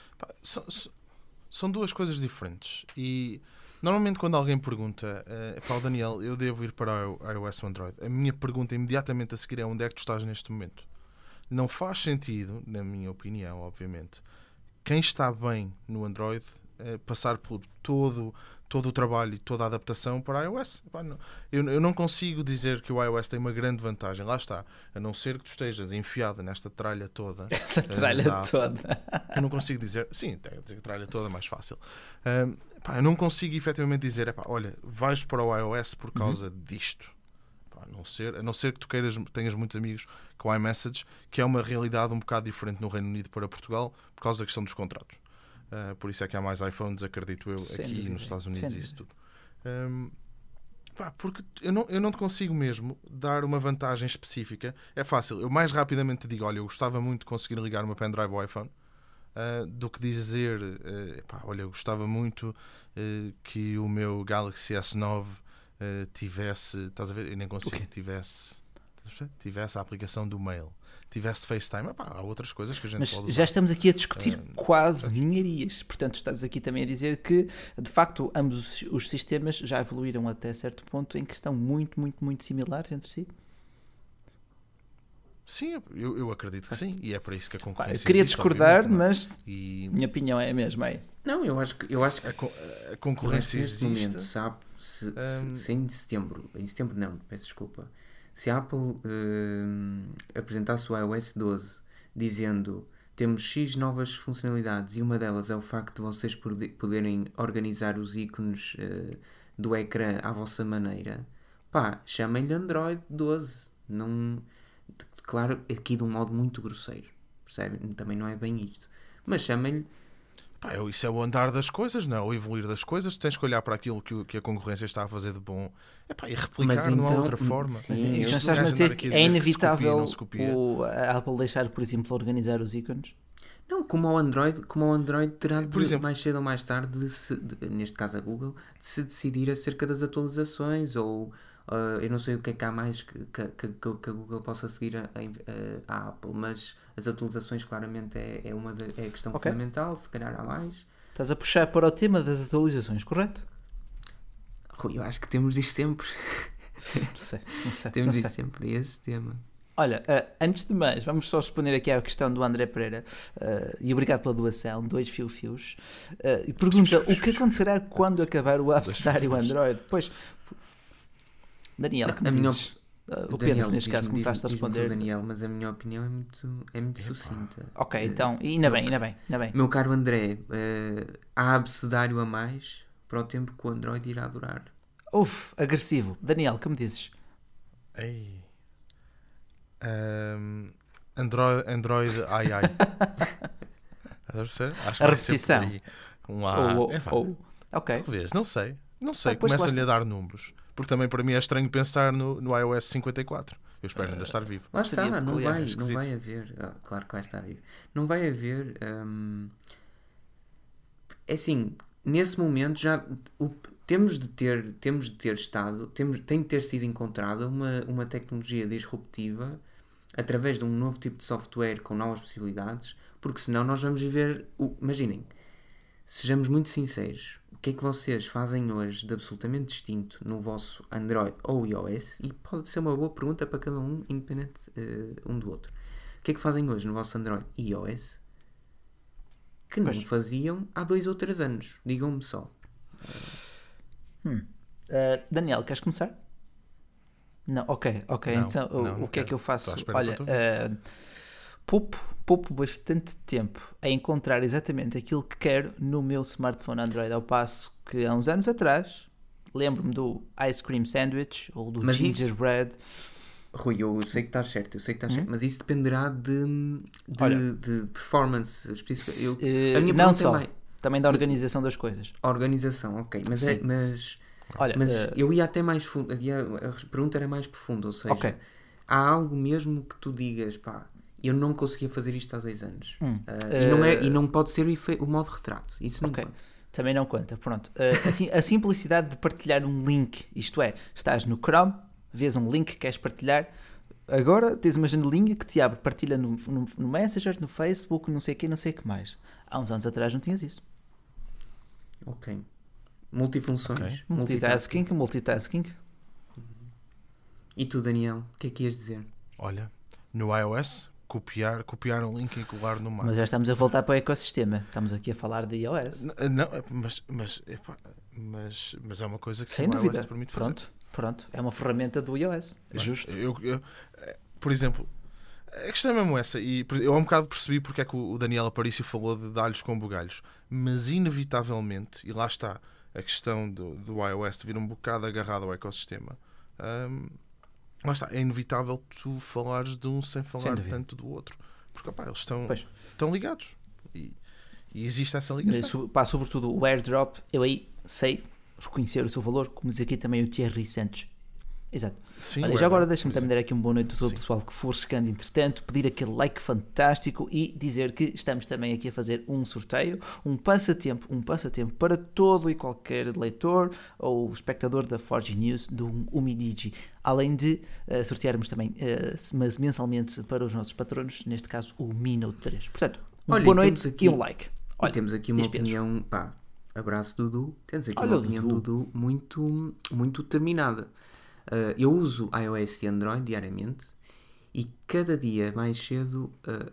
São duas coisas diferentes. E normalmente quando alguém pergunta, Daniel, eu devo ir para o iOS ou Android? A minha pergunta imediatamente a seguir é: onde é que tu estás neste momento? Não faz sentido, na minha opinião, obviamente, quem está bem no Android passar por todo o trabalho e toda a adaptação para a iOS. Eu não consigo dizer que o iOS tem uma grande vantagem. Lá está. A não ser que tu estejas enfiado nesta tralha toda. Essa tralha toda. Eu não consigo dizer... Sim, tem a tralha toda mais fácil. Eu não consigo efetivamente dizer, olha, vais para o iOS por causa disto. A não ser que tu tenhas muitos amigos com o iMessage, que é uma realidade um bocado diferente no Reino Unido para Portugal, por causa da questão dos contratos. Por isso é que há mais iPhones, acredito eu, aqui nos Estados Unidos e isso tudo. Porque eu não te consigo mesmo dar uma vantagem específica. É fácil, eu mais rapidamente digo, olha, eu gostava muito de conseguir ligar o meu pendrive ao iPhone, do que dizer, olha, eu gostava muito que o meu Galaxy S9 tivesse, estás a ver? Eu nem consigo, tivesse a aplicação do mail, tivesse FaceTime. Há outras coisas que a gente mas pode usar. já estamos aqui a discutir quase ninharias. Portanto, estás aqui também a dizer que, de facto, ambos os sistemas já evoluíram até certo ponto em que estão muito, muito, muito similares entre si. Sim, eu acredito que sim, e é para isso que a concorrência eu queria existe, discordar, mas minha opinião é a mesma. Não, eu acho que a concorrência neste existe. momento, sabe, se em setembro não, peço desculpa, se a Apple apresentasse o iOS 12 dizendo temos X novas funcionalidades e uma delas é o facto de vocês poderem organizar os ícones do ecrã à vossa maneira, chamem-lhe Android 12. Não, claro, aqui de um modo muito grosseiro, percebem? Também não é bem isto, mas chamem-lhe Isso é o andar das coisas, não é? O evoluir das coisas. Tens que olhar para aquilo que a concorrência está a fazer de bom e replicar, não há outra forma. Sim, Mas estás-me a dizer que é inevitável a Apple deixar, por exemplo, organizar os ícones? Não, como o Android terá de, por exemplo, mais cedo ou mais tarde, neste caso a Google, de se decidir acerca das atualizações, ou eu não sei o que é que há mais que a Google possa seguir a Apple, mas as atualizações claramente é a questão fundamental, se calhar há mais. Estás a puxar para o tema das atualizações, correto? Rui, eu acho que temos isto sempre. Não sei. Temos isto sempre, esse tema. Olha, antes de mais, vamos só responder aqui à questão do André Pereira, e obrigado pela doação, 2 fios. E pergunta, o que acontecerá quando acabar o App Store e o Android? Pois, Daniel, que me dizes? O Pedro, neste caso, começaste a responder. Daniel, mas a minha opinião é muito sucinta. Ok, então, ainda bem. Meu caro André, há abecedário a mais para o tempo que o Android irá durar. Agressivo. Daniel, que me dizes? Android ai. Acho que a vai repetição. ser por aí. Ok. Talvez, não sei. Começa-lhe a dar números. Porque também para mim é estranho pensar no iOS 54. Eu espero ainda estar vivo. Lá está, não vai haver. Claro que vai estar vivo. Não vai haver. É assim, nesse momento já temos de ter estado, tem de ter sido encontrada uma tecnologia disruptiva através de um novo tipo de software com novas possibilidades, porque senão nós vamos viver. Imaginem, sejamos muito sinceros. O que é que vocês fazem hoje de absolutamente distinto no vosso Android ou iOS? E pode ser uma boa pergunta para cada um, independente um do outro. O que é que fazem hoje no vosso Android e iOS que não faziam há 2 ou 3 anos? Digam-me só. Daniel, queres começar? Não, ok. Não, então, não o que é que eu faço? Olha, poupo bastante tempo a encontrar exatamente aquilo que quero no meu smartphone Android, ao passo que há uns anos atrás lembro-me do Ice Cream Sandwich ou do Gingerbread. Rui, eu sei que estás certo, mas isso dependerá de performance específica. A minha não pergunta só, é mais... também da organização das coisas. Organização, ok, mas olha, eu ia até mais fundo, a pergunta era mais profunda, ou seja, há algo mesmo que tu digas, eu não conseguia fazer isto há 2 anos. E não pode ser o modo retrato. Isso não conta. Também não conta. Pronto. Assim, a simplicidade de partilhar um link, isto é, estás no Chrome, vês um link que queres partilhar, agora tens uma janelinha que te abre, partilha no Messenger, no Facebook, não sei o que mais. Há uns anos atrás não tinhas isso. Ok. Multifunções. Multitasking. E tu, Daniel, o que é que ias dizer? Olha, no iOS... Copiar um link e colar no Mac. Mas já estamos a voltar para o ecossistema. Estamos aqui a falar de iOS. Não, mas é uma coisa que sem dúvida. iOS permite fazer. Pronto. É uma ferramenta do iOS. É justo. Por exemplo, a questão é mesmo essa. E eu há um bocado percebi porque é que o Daniel Aparício falou de alhos com bugalhos. Mas inevitavelmente, e lá está a questão do iOS vir um bocado agarrado ao ecossistema. Lá está, é inevitável tu falares de um sem falar tanto do outro. Porque eles estão ligados. E existe essa ligação. Sobretudo o airdrop, eu aí sei reconhecer o seu valor, como diz aqui também o Thierry Santos. Exato. Sim, olha, já agora deixa-me também dar aqui um boa noite a todo o pessoal que for chegando, entretanto, pedir aquele like fantástico e dizer que estamos também aqui a fazer um sorteio, um passatempo para todo e qualquer leitor ou espectador da Forge News do Umidigi, além de sortearmos também mas mensalmente para os nossos patronos, neste caso o Minnow 3. Portanto, boa noite e um like. Olha, temos aqui uma opinião, abraço Dudu, temos aqui uma opinião Dudu muito, muito determinada. Eu uso iOS e Android diariamente e cada dia mais cedo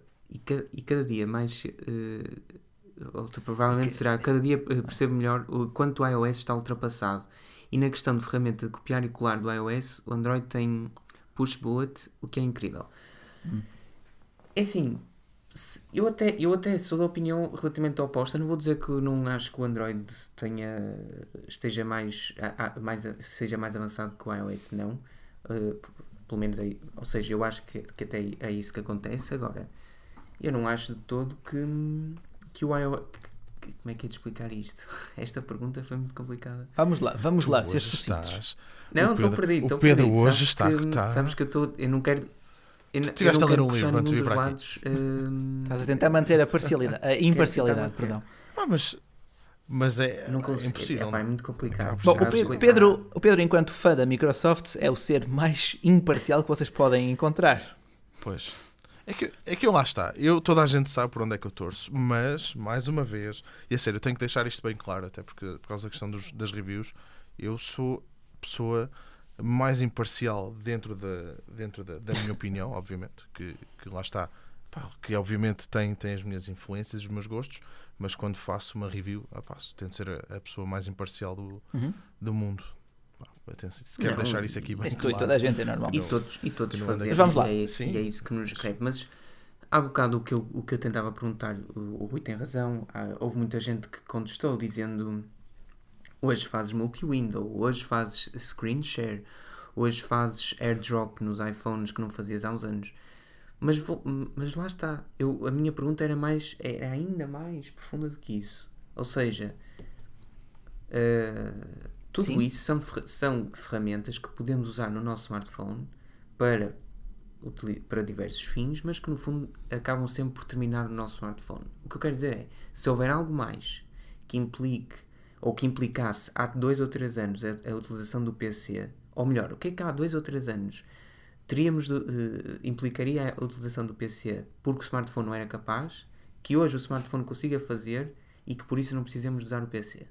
provavelmente será cada dia percebo melhor o quanto o iOS está ultrapassado, e na questão de ferramenta de copiar e colar do iOS, o Android tem push bullet, o que é incrível. É assim, eu até sou da opinião relativamente oposta. Não vou dizer que eu não acho que o Android seja mais avançado que o iOS, não. Pelo menos aí, ou seja, eu acho que até é isso que acontece. Agora, eu não acho de todo que o iOS, Como é que é de explicar isto? Esta pergunta foi muito complicada. Vamos lá, Tu ser hoje sucintos. estás... Não, estou O perdido. Pedro perdido. hoje Sabes que eu não quero... Eu não Tiveste a ler quero um puxar livro antes de nenhum vir dos para aqui. lados. Estás a tentar manter a imparcialidade, tentar perdão. Mas é Não consigo. impossível. É muito complicado. Bom, Sabes, o Pedro, enquanto fã da Microsoft, é o ser mais imparcial que vocês podem encontrar. Pois. É que eu lá está. Toda a gente sabe por onde é que eu torço. Mas, mais uma vez, e a sério, eu tenho que deixar isto bem claro, até porque por causa da questão das reviews, eu sou a pessoa mais imparcial dentro da minha opinião, obviamente, que lá está, pá, que obviamente tem as minhas influências, os meus gostos, mas quando faço uma review, tento ser a pessoa mais imparcial do mundo. Se quero deixar isso aqui bem Isso claro. toda a gente é normal. E todos fazemos. Mas vamos lá. E é isso que nos escreve. Mas há bocado o que eu tentava perguntar, o Rui tem razão. Houve muita gente que contestou dizendo: hoje fazes multi-window, hoje fazes screen share, hoje fazes airdrop nos iPhones que não fazias há uns anos. Mas lá está. A minha pergunta era ainda mais profunda do que isso. Ou seja, tudo Sim. isso são ferramentas que podemos usar no nosso smartphone para diversos fins, mas que no fundo acabam sempre por terminar no nosso smartphone. O que eu quero dizer é, se houver algo mais que implique ou que implicasse há 2 ou 3 anos a utilização do PC, ou melhor, o que é que há 2 ou 3 anos implicaria a utilização do PC porque o smartphone não era capaz, que hoje o smartphone consiga fazer e que por isso não precisemos usar o PC?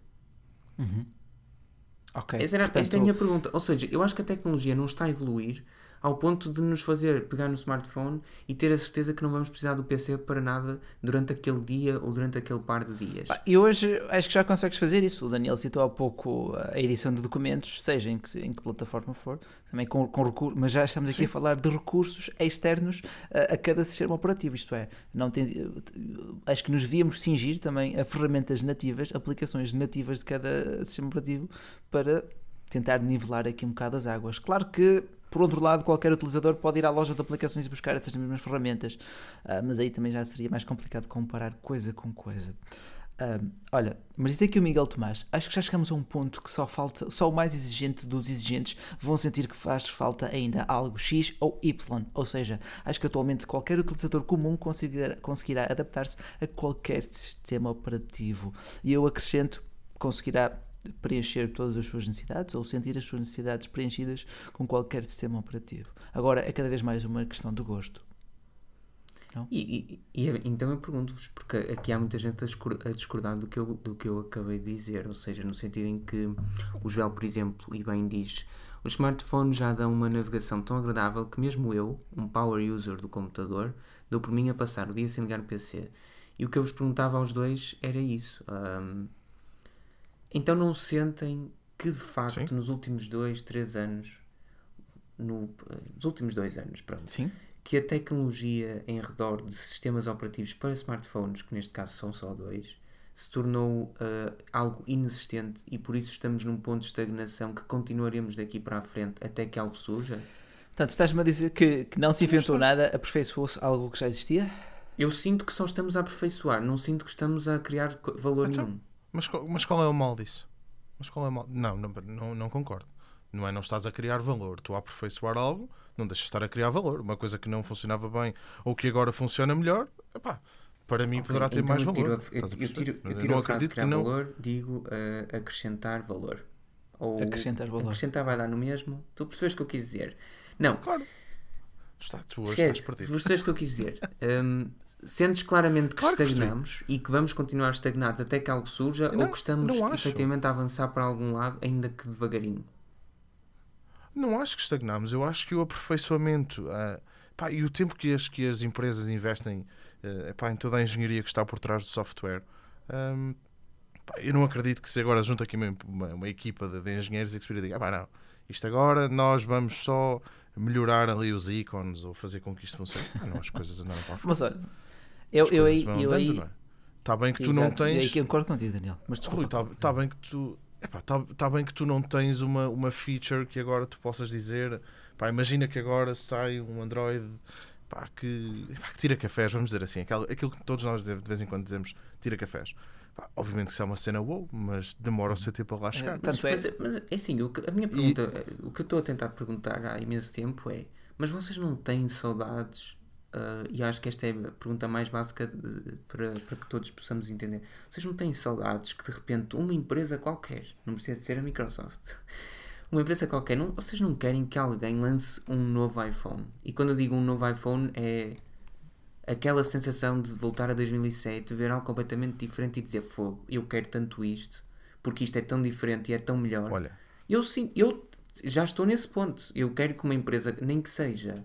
Ok. Esta é a minha pergunta. Ou seja, eu acho que a tecnologia não está a evoluir ao ponto de nos fazer pegar no smartphone e ter a certeza que não vamos precisar do PC para nada durante aquele dia ou durante aquele par de dias. E hoje acho que já consegues fazer isso. O Daniel citou há pouco a edição de documentos, seja em que plataforma for, também com recursos, mas já estamos aqui a falar de recursos externos a cada sistema operativo. Isto é, acho que nos devíamos cingir também a ferramentas nativas, aplicações nativas de cada sistema operativo para tentar nivelar aqui um bocado as águas. Claro que, por outro lado, qualquer utilizador pode ir à loja de aplicações e buscar essas mesmas ferramentas, mas aí também já seria mais complicado comparar coisa com coisa. Olha, mas diz aqui o Miguel Tomás, acho que já chegamos a um ponto que só o mais exigente dos exigentes vão sentir que faz falta ainda algo X ou Y, ou seja, acho que atualmente qualquer utilizador comum conseguirá adaptar-se a qualquer sistema operativo, e eu acrescento, conseguirá preencher todas as suas necessidades ou sentir as suas necessidades preenchidas com qualquer sistema operativo. Agora é cada vez mais uma questão de gosto. Não? Então eu pergunto-vos, porque aqui há muita gente a discordar do que eu acabei de dizer, ou seja, no sentido em que o Joel, por exemplo, e bem diz, os smartphones já dão uma navegação tão agradável que mesmo eu, um power user do computador, dou por mim a passar o dia sem ligar o PC. E o que eu vos perguntava aos dois era isso. Então não sentem que de facto Sim. nos últimos 2, 3 anos, nos últimos 2 anos, pronto, Sim. que a tecnologia em redor de sistemas operativos para smartphones, que neste caso são só 2, se tornou algo inexistente e por isso estamos num ponto de estagnação que continuaremos daqui para a frente até que algo surja? Portanto, estás-me a dizer que não se inventou nada, aperfeiçoou-se algo que já existia? Eu sinto que só estamos a aperfeiçoar, não sinto que estamos a criar valor nenhum. Mas qual é o mal disso? Não concordo. Não estás a criar valor. Tu a aperfeiçoar algo, não deixas de estar a criar valor. Uma coisa que não funcionava bem ou que agora funciona melhor, para mim poderá ter mais valor. Eu tiro a frase criar valor, digo acrescentar valor. Ou Acrescentar valor. Acrescentar vai dar no mesmo. Tu percebes o que eu quis dizer? Não. Claro. Tu hoje Esquece, estás perdido. percebes o que eu quis dizer? Sentes claramente que Claro que estagnamos e que vamos continuar estagnados até que algo surja ou que estamos efetivamente a avançar para algum lado, ainda que devagarinho? Não acho que estagnamos. Eu acho que o aperfeiçoamento e o tempo que as empresas investem em toda a engenharia que está por trás do software, eu não acredito que se agora junta aqui uma equipa de engenheiros e que se diga, não, isto agora nós vamos só melhorar ali os ícones ou fazer com que isto funcione. Não, as coisas andaram para a frente. Mas olha, eu aí... Está bem que tu não tens... Eu aí concordo contigo, Daniel. Mas Rui, está bem que tu... Está bem que tu não tens uma feature que agora tu possas dizer, imagina que agora sai um Android que tira cafés, vamos dizer assim, aquilo que todos nós de vez em quando dizemos, tira cafés. Obviamente que isso é uma cena wow, mas demora o seu tempo a lá chegar. Tanto mas é assim, a minha pergunta, o que eu estou a tentar perguntar há imenso tempo é: mas vocês não têm saudades? E acho que esta é a pergunta mais básica para que todos possamos entender. Vocês não têm saudades que de repente uma empresa qualquer, não precisa de ser a Microsoft, uma empresa qualquer, vocês não querem que alguém lance um novo iPhone? E quando eu digo um novo iPhone é aquela sensação de voltar a 2007, ver algo completamente diferente e dizer: fogo, eu quero tanto isto, porque isto é tão diferente e é tão melhor. Olha, Eu já estou nesse ponto. Eu quero que uma empresa, nem que seja,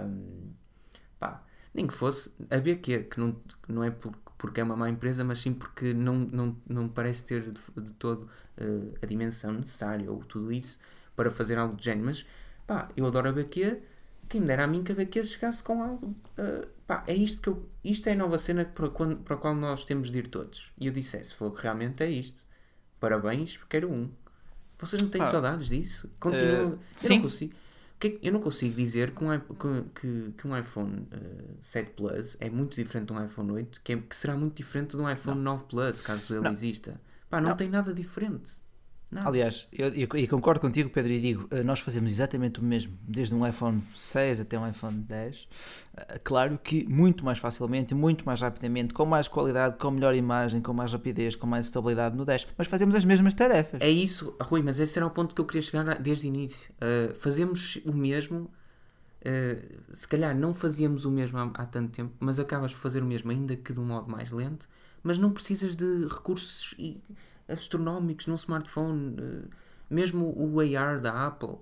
nem que fosse a BQ, que não é porque é uma má empresa, mas sim porque não parece ter de todo a dimensão necessária ou tudo isso para fazer algo do género. Mas eu adoro a BQ. Quem me dera a mim que a BQ chegasse com algo. É isto isto é a nova cena para a qual nós temos de ir todos. E eu dissesse: fogo, realmente é isto. Parabéns, quero um. Vocês não têm saudades disso? Continua. Eu não consigo dizer que um iPhone 7 Plus é muito diferente de um iPhone 8, que será muito diferente de um iPhone 9 Plus, caso ele exista. Não tem nada diferente. Nada. Aliás, eu concordo contigo, Pedro, e digo, nós fazemos exatamente o mesmo, desde um iPhone 6 até um iPhone 10. Claro que muito mais facilmente, muito mais rapidamente, com mais qualidade, com melhor imagem, com mais rapidez, com mais estabilidade no 10, mas fazemos as mesmas tarefas. É isso, Rui, mas esse era o ponto que eu queria chegar desde o início. Fazemos o mesmo, se calhar não fazíamos o mesmo há tanto tempo, mas acabas por fazer o mesmo, ainda que de um modo mais lento, mas não precisas de recursos astronómicos num smartphone, mesmo o AR da Apple,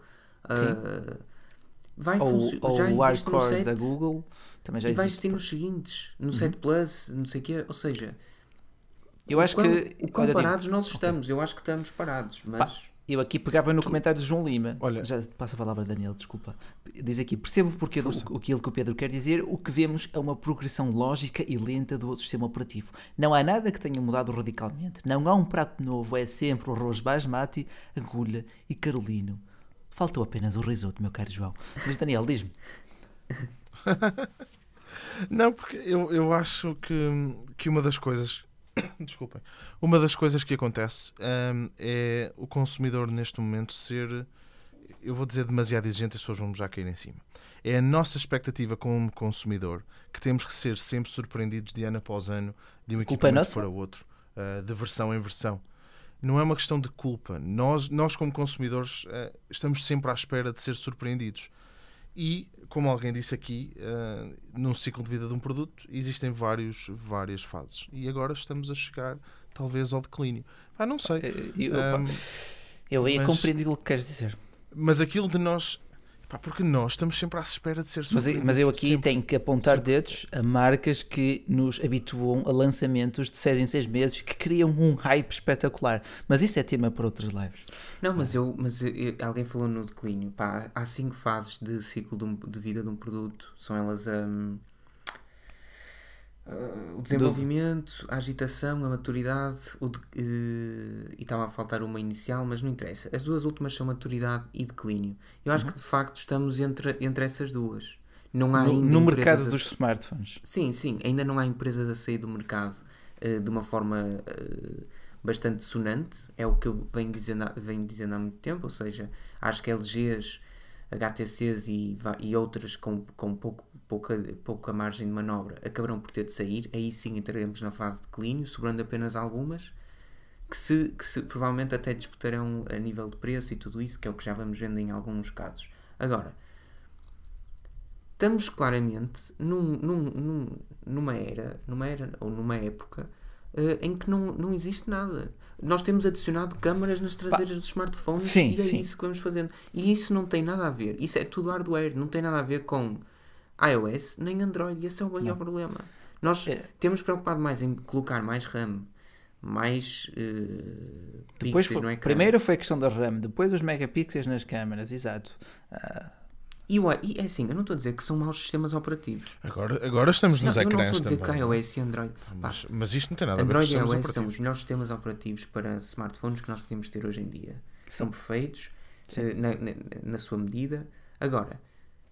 ou já o existe no Hardcore 7 da Google também já e vai existe. existir nos seguintes, no 7 Plus, não sei o quê, ou seja, eu acho que o quão parados nós estamos, eu acho que estamos parados, mas... Eu aqui pegava no comentário de João Lima. Olha, já passa a palavra Daniel, desculpa. Diz aqui: percebo porque aquilo que o Pedro quer dizer. O que vemos é uma progressão lógica e lenta do outro sistema operativo. Não há nada que tenha mudado radicalmente. Não há um prato novo. É sempre o arroz basmati, agulha e carolino. Faltou apenas o risoto, meu caro João. Mas Daniel, diz-me. Não, porque eu acho que uma das coisas... Desculpem. Uma das coisas que acontece é o consumidor neste momento ser, eu vou dizer, demasiado exigente, as pessoas vão já cair em cima. É a nossa expectativa como consumidor que temos que ser sempre surpreendidos de ano após ano, de um equipamento para outro, de versão em versão. Não é uma questão de culpa. Nós como consumidores, estamos sempre à espera de ser surpreendidos. E, como alguém disse aqui, num ciclo de vida de um produto existem várias fases. E agora estamos a chegar, talvez, ao declínio. Não sei. Eu aí compreendi o que queres dizer. Mas aquilo de nós... porque nós estamos sempre à espera de ser surpreendidos. Mas eu aqui tenho que apontar sempre dedos a marcas que nos habituam a lançamentos de 6 em 6 meses que criam um hype espetacular. Mas isso é tema para outras lives. Não, mas alguém falou no declínio. Há 5 fases de ciclo de vida de um produto. São elas o desenvolvimento, a agitação, a maturidade, e estava a faltar uma inicial, mas não interessa. As duas últimas são maturidade e declínio. Eu acho que de facto estamos entre essas duas. Não há ainda no mercado dos smartphones. Sim, ainda não há empresas a sair do mercado de uma forma bastante sonante. É o que eu venho dizendo há muito tempo, ou seja, acho que LGs, HTCs e outras com pouca margem de manobra acabarão por ter de sair. Aí sim entraremos na fase de declínio, sobrando apenas algumas que se provavelmente até disputarão a nível de preço e tudo isso, que é o que já vamos vendo em alguns casos. Agora, estamos claramente numa era ou numa época em que não existe nada. Nós temos adicionado câmaras nas traseiras dos smartphones e é isso que vamos fazendo. E isso não tem nada a ver. Isso é tudo hardware. Não tem nada a ver com iOS nem Android. E esse é o maior problema. Nós temos preocupado mais em colocar mais RAM, mais pixels no ecrã. Primeiro foi a questão da RAM, depois os megapixels nas câmaras. Exato. E é assim, eu não estou a dizer que são maus sistemas operativos. Agora estamos nos ecrãs também. Eu não estou a dizer que iOS e Android... Mas isto não tem nada a ver com Android e sistemas iOS operativos. são os melhores sistemas operativos para smartphones que nós podemos ter hoje em dia. São perfeitos na sua medida. Agora,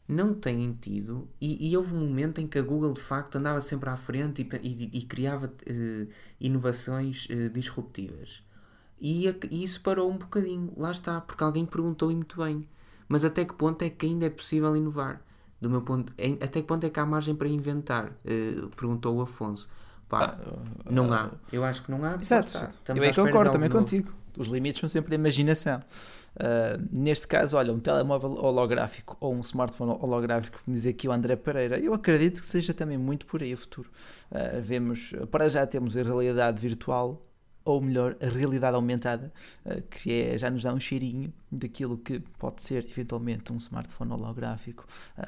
não têm tido, e houve um momento em que a Google de facto andava sempre à frente e criava inovações disruptivas. E isso parou um bocadinho, lá está, porque alguém perguntou e muito bem. Mas até que ponto é que ainda é possível inovar? Do meu ponto, até que ponto é que há margem para inventar? Perguntou o Afonso. Pá, não há. Eu acho que não há. Exato. Eu aí concordo também contigo. Os limites são sempre a imaginação. Neste caso, olha, um telemóvel holográfico ou um smartphone holográfico, como diz aqui o André Pereira, eu acredito que seja também muito por aí o futuro. Para já temos a realidade virtual, ou melhor, a realidade aumentada, que já nos dá um cheirinho daquilo que pode ser eventualmente um smartphone holográfico.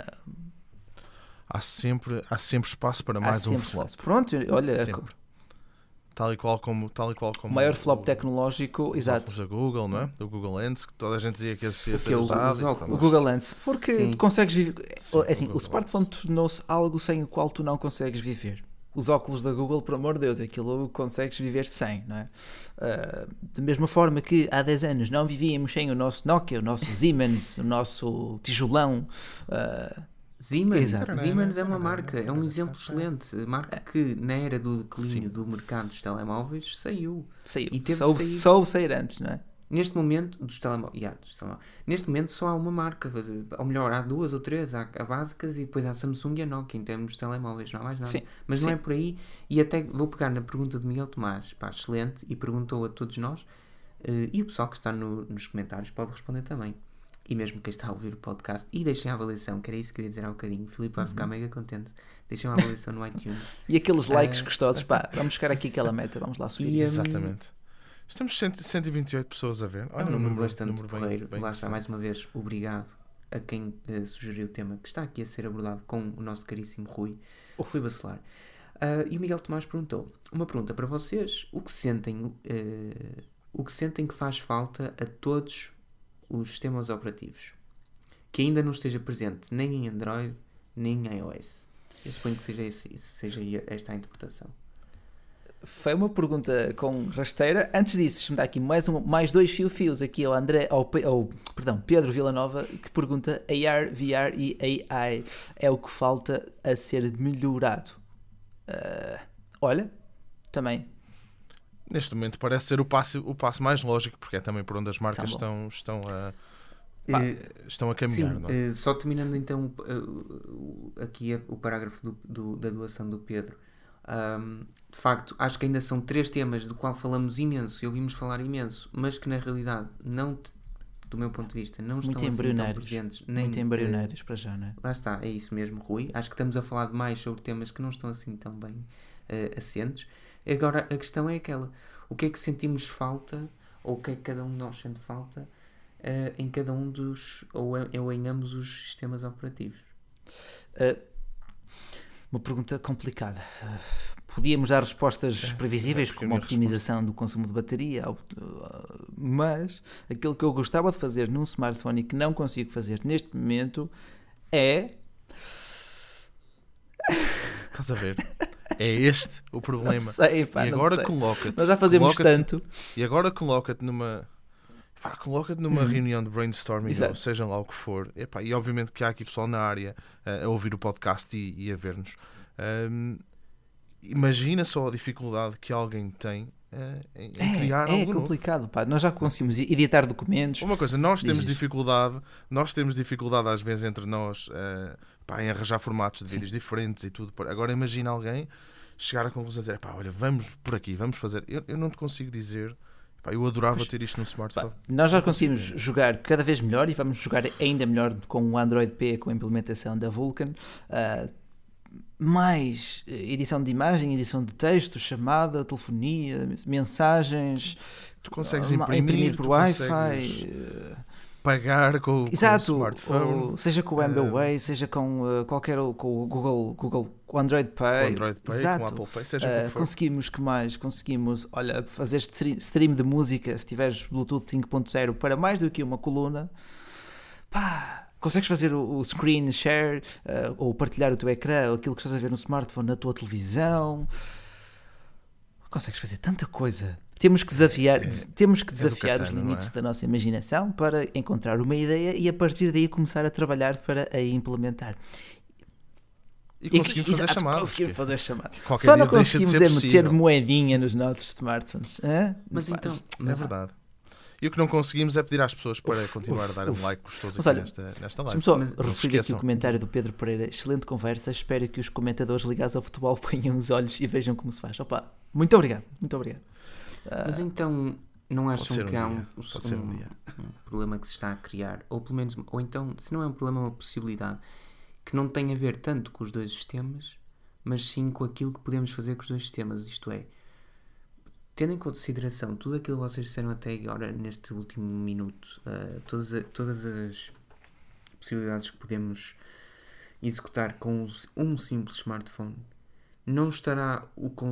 Há sempre espaço para mais um flop. Pronto, olha, tal e qual como o maior flop tecnológico, exato. Da Google, não é? Do Google Lens, que toda a gente dizia que ia ser usado. O Google Lens, porque Sim. tu consegues viver. Sim, assim, o smartphone tornou-se algo sem o qual tu não consegues viver. Os óculos da Google, por amor de Deus, aquilo consegues viver sem, não é? Da mesma forma que há 10 anos não vivíamos sem o nosso Nokia, o nosso Siemens, o nosso tijolão. Siemens é uma marca, é um exemplo excelente. Marca que na era do declínio do mercado dos telemóveis saiu. E teve soube sair antes, não é? Neste momento, neste momento só há uma marca, ou melhor, há 2 ou 3, há básicas e depois há a Samsung e a Nokia em termos de telemóveis, não há mais nada. Sim. Mas não é por aí, e até vou pegar na pergunta de Miguel Tomás, pá, excelente, e perguntou a todos nós, e o pessoal que está nos comentários pode responder também. E mesmo quem está a ouvir o podcast, e deixem a avaliação, que era isso que eu ia dizer há um bocadinho, o Filipe vai ficar mega contente, deixem a avaliação no iTunes. E aqueles likes gostosos, pá, vamos chegar aqui àquela meta, vamos lá subir. Exatamente. Temos 128 pessoas a ver. Olha, um número bastante porreiro. Lá está, mais uma vez, obrigado a quem sugeriu o tema que está aqui a ser abordado com o nosso caríssimo Rui Bacelar. E o Miguel Tomás perguntou, uma pergunta para vocês, o que sentem que faz falta a todos os sistemas operativos que ainda não esteja presente nem em Android nem em iOS? Eu suponho que seja esta a interpretação. Foi uma pergunta com rasteira. Antes disso, deixa-me dar aqui mais 2 fios aqui ao Pedro Villanova, que pergunta: AR, VR e AI é o que falta a ser melhorado? Olha, também. Neste momento parece ser o passo mais lógico, porque é também por onde as marcas estão a caminhar. Sim, não é? Só terminando então aqui o parágrafo da doação do Pedro. De facto, acho que ainda são 3 temas do qual falamos imenso e ouvimos falar imenso, mas que na realidade não, do meu ponto de vista, não estão assim tão presentes. Muito embrionários para já, não é? Lá está, é isso mesmo, Rui. Acho que estamos a falar demais sobre temas que não estão assim tão bem assentes. Agora, a questão é aquela: o que é que sentimos falta, ou o que é que cada um de nós sente falta em cada um ou em ambos os sistemas operativos? Uma pergunta complicada. Podíamos dar respostas previsíveis, como a optimização do consumo de bateria, mas aquilo que eu gostava de fazer num smartphone e que não consigo fazer neste momento é... Estás a ver? É este o problema. Não sei, pá, e agora não sei. coloca-te. Nós já fazemos tanto. E agora coloca-te numa reunião de brainstorming, ou seja lá o que for. E obviamente que há aqui pessoal na área a ouvir o podcast e a ver-nos. Imagina só a dificuldade que alguém tem em criar algo novo. É complicado, pá. Nós já conseguimos editar documentos. Uma coisa, nós temos dificuldade às vezes entre nós em arranjar formatos de vídeos diferentes e tudo. Agora imagina alguém chegar à conclusão de dizer, olha, vamos por aqui, vamos fazer. Eu não te consigo dizer. Eu adorava ter isto no smartphone. Nós já conseguimos jogar cada vez melhor e vamos jogar ainda melhor com o Android P, com a implementação da Vulkan. Mais edição de imagem, edição de texto, chamada, telefonia, mensagens. Tu consegues imprimir por Wi-Fi. Pagar com o smartphone. Seja com o MBWay, seja com com o Google com o Android Pay. Com o Apple Pay, seja com o que for. Conseguimos, olha, fazer stream de música, se tiveres Bluetooth 5.0 para mais do que uma coluna. Consegues fazer o screen share ou partilhar o teu ecrã, aquilo que estás a ver no smartphone, na tua televisão. Consegues fazer tanta coisa Temos que desafiar do os Catano, limites não é? da nossa imaginação para encontrar uma ideia e a partir daí começar a trabalhar para a implementar. E conseguimos fazer Exato, chamadas. conseguimos fazer chamadas. Qualquer Só não dia deixa de conseguimos ser é meter possível. moedinha nos nossos smartphones. Hã? Mas Faz. então, É verdade. E o que não conseguimos é pedir às pessoas para continuar a dar um like gostoso Mas aqui olha, nesta Deixa-me live. só Mas- não se referir aqui o esqueçam. comentário do Pedro Pereira. Excelente conversa. Espero que os comentadores ligados ao futebol ponham os olhos e vejam como se faz. Opa, muito obrigado. Muito obrigado. Mas então não acham ser um que há dia, pode ser um dia. um problema que se está a criar? Ou pelo menos, ou então, se não é um problema, é uma possibilidade que não tem a ver tanto com os dois sistemas, mas sim com aquilo que podemos fazer com os dois sistemas. Isto é, tendo em consideração tudo aquilo que vocês disseram até agora neste último minuto, todas as possibilidades que podemos executar com um simples smartphone, não estará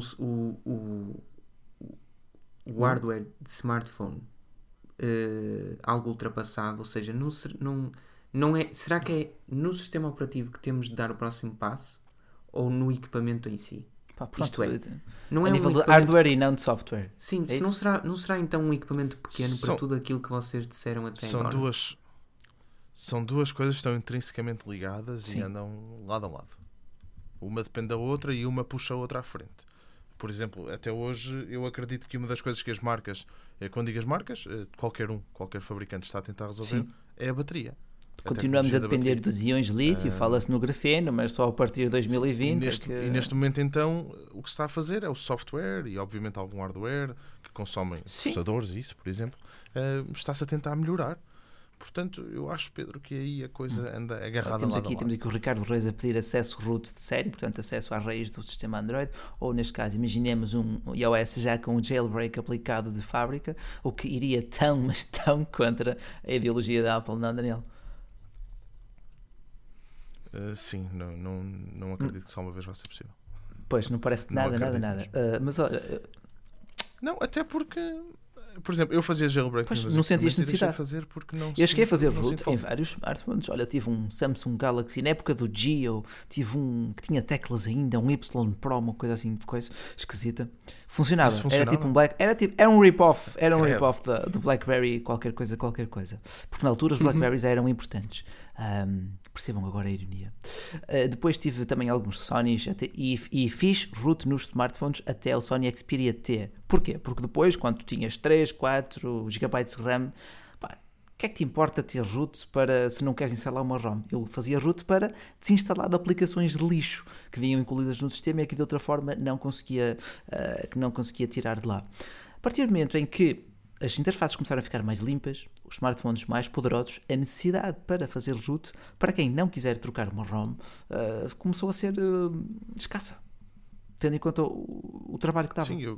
o hardware de smartphone algo ultrapassado? Ou seja, será que é no sistema operativo que temos de dar o próximo passo ou no equipamento em si? Pá, pronto, Isto é, não a é nível um de equipamento... hardware e não de software. Sim, É não isso? será então um equipamento pequeno para São- tudo aquilo que vocês disseram até São agora? são duas coisas que estão intrinsecamente ligadas Sim. e andam lado a lado. Uma depende da outra e uma puxa a outra à frente. Por exemplo, até hoje eu acredito que uma das coisas que as marcas, quando digo as marcas, qualquer fabricante está a tentar resolver, Sim. é a bateria. Continuamos a tecnologia da depender bateria. dos íons de lítio, fala-se no grafeno, mas só a partir de 2020. E neste momento, então, o que se está a fazer é o software e, obviamente, algum hardware que consomem Sim. processadores, isso, por exemplo, está-se a tentar melhorar. Portanto, eu acho, Pedro, que aí a coisa anda agarrada Temos lado a aqui lado. o Ricardo Reis a pedir acesso root de série, portanto acesso às raízes do sistema Android, ou neste caso imaginemos um iOS já com um jailbreak aplicado de fábrica, o que iria tão, mas tão contra a ideologia da Apple, não, Daniel? Sim, não acredito que só uma vez vai ser possível. Pois, não parece Não nada. acredito Mas olha, Não, até porque, por exemplo, eu fazia jailbreak Pois, nos não meus sentiste equipamentos e deixei necessidade. de fazer porque não eu cheguei a sinto- fazer não root sinto em falta. vários smartphones. Olha, tive um Samsung Galaxy na época do Geo, tive um que tinha teclas ainda, um Y Pro, uma coisa assim, coisa esquisita. Funcionava. Isso Era funcionava? tipo um era um rip-off, Credo. do BlackBerry, qualquer coisa. Porque na altura os BlackBerrys eram importantes. Percebam agora a ironia. Depois tive também alguns Sonys e fiz root nos smartphones até o Sony Xperia T. Porquê? Porque depois, quando tu tinhas 3, 4 GB de RAM, pá, o que é que te importa ter root para se não queres instalar uma ROM? Eu fazia root para desinstalar aplicações de lixo que vinham incluídas no sistema e que de outra forma não conseguia tirar de lá. A partir do momento em que as interfaces começaram a ficar mais limpas, os smartphones mais poderosos, a necessidade para fazer root, para quem não quiser trocar uma ROM, começou a ser escassa, tendo em conta o trabalho que dava. Sim,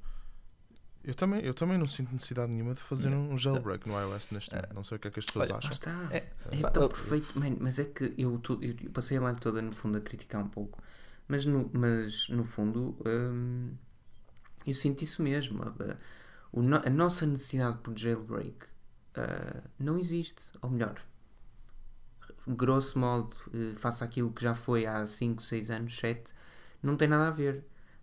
eu também não sinto necessidade nenhuma de fazer um jailbreak no iOS neste momento. Não sei o que é que as pessoas Lá acham. está. É, É pá, tão perfeito. Man, mas é que eu passei a live toda no fundo a criticar um pouco. Mas no fundo eu sinto isso mesmo. A nossa necessidade por jailbreak não existe. Ou melhor, grosso modo, face àquilo que já foi há 5, 6 anos, 7, não tem nada a ver.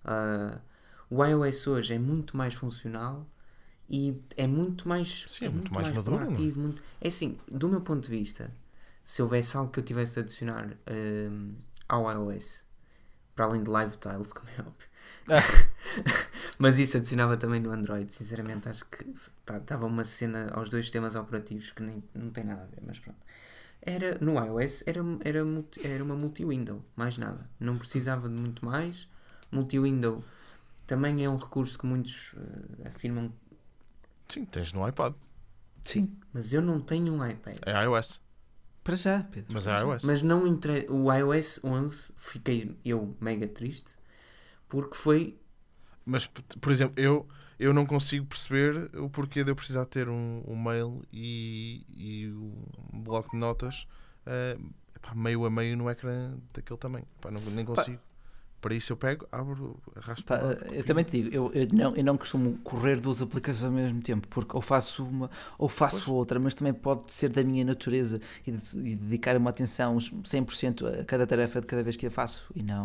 O iOS hoje é muito mais funcional e é muito mais, Sim, é muito mais maduro, proativo. É assim, do meu ponto de vista, se houvesse algo que eu tivesse de adicionar ao iOS, para além de Live Tiles, como é óbvio, mas isso adicionava também no Android. Sinceramente, acho que dava uma cena aos dois sistemas operativos que não tem nada a ver, mas pronto. No iOS era uma multi-window, mais nada. Não precisava de muito mais. Multi-window também é um recurso que muitos afirmam. Sim, tens no iPad. Sim, Mas eu não tenho um iPad. É iOS. para já, Pedro. Mas é iOS. Mas não o iOS 11 fiquei eu mega triste porque foi. Mas, por exemplo, eu não consigo perceber o porquê de eu precisar ter um mail e um bloco de notas meio a meio no ecrã daquele tamanho. Nem consigo. Para isso eu pego, abro, arrasto para o lado, Eu copio. também te digo, eu não costumo correr duas aplicações ao mesmo tempo, porque ou faço uma ou faço outra, mas também pode ser da minha natureza e dedicar uma atenção 100% a cada tarefa de cada vez que a faço e não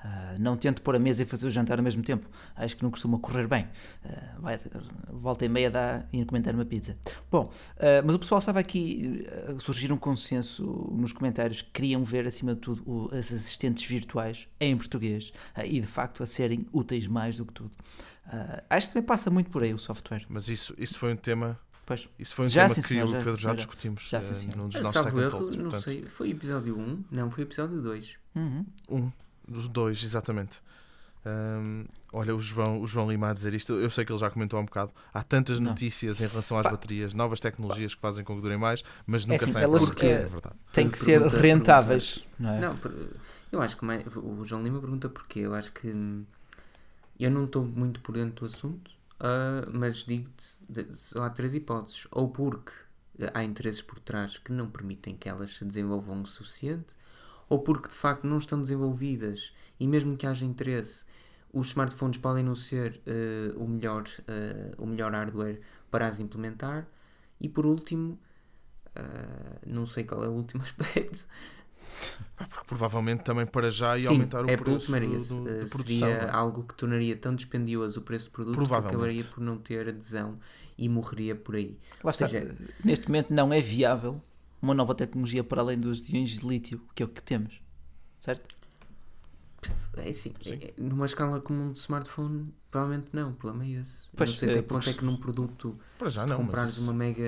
Não tento pôr a mesa e fazer o jantar ao mesmo tempo. Acho que não costuma correr bem. Volta e meia dá e encomendar uma pizza. Bom, mas o pessoal estava aqui a surgir um consenso nos comentários que queriam ver, acima de tudo, as assistentes virtuais em português e, de facto, a serem úteis mais do que tudo. Acho que também passa muito por aí o software. Mas isso foi um tema... Pois. Isso foi um Já, tema sim, que senhor, eu e o já, Pedro sim, já senhora. discutimos Já, sim, senhor. num dos nossos Salvo Tech erro, Talks. não Portanto, sei, foi episódio 1? Não, foi episódio 2. Dos dois, exatamente. Olha, o João Lima a dizer isto, eu sei que ele já comentou há um bocado. Há tantas notícias em relação às baterias, novas tecnologias que fazem com que durem mais, mas nunca assim, saem elas, por aqui, é verdade. Têm que ser rentáveis, não é? Não, eu acho que o João Lima pergunta porquê. Eu acho que eu não estou muito por dentro do assunto, mas digo-te, só há 3 hipóteses. Ou porque há interesses por trás que não permitem que elas se desenvolvam o suficiente, ou porque de facto não estão desenvolvidas e mesmo que haja interesse, os smartphones podem não ser o melhor hardware para as implementar. E por último, não sei qual é o último aspecto. Porque provavelmente também para já ia Sim, aumentar o por preço último era esse. de produção. Seria algo que tornaria tão dispendioso o preço do produto que acabaria por não ter adesão e morreria por aí. Lá está, neste momento não é viável uma nova tecnologia para além dos íons de lítio, que é o que temos, certo? É assim, numa escala comum de smartphone, provavelmente não, o problema é esse. Pois, não sei até que ponto é que num produto, para já se não, comprares mas... uma mega...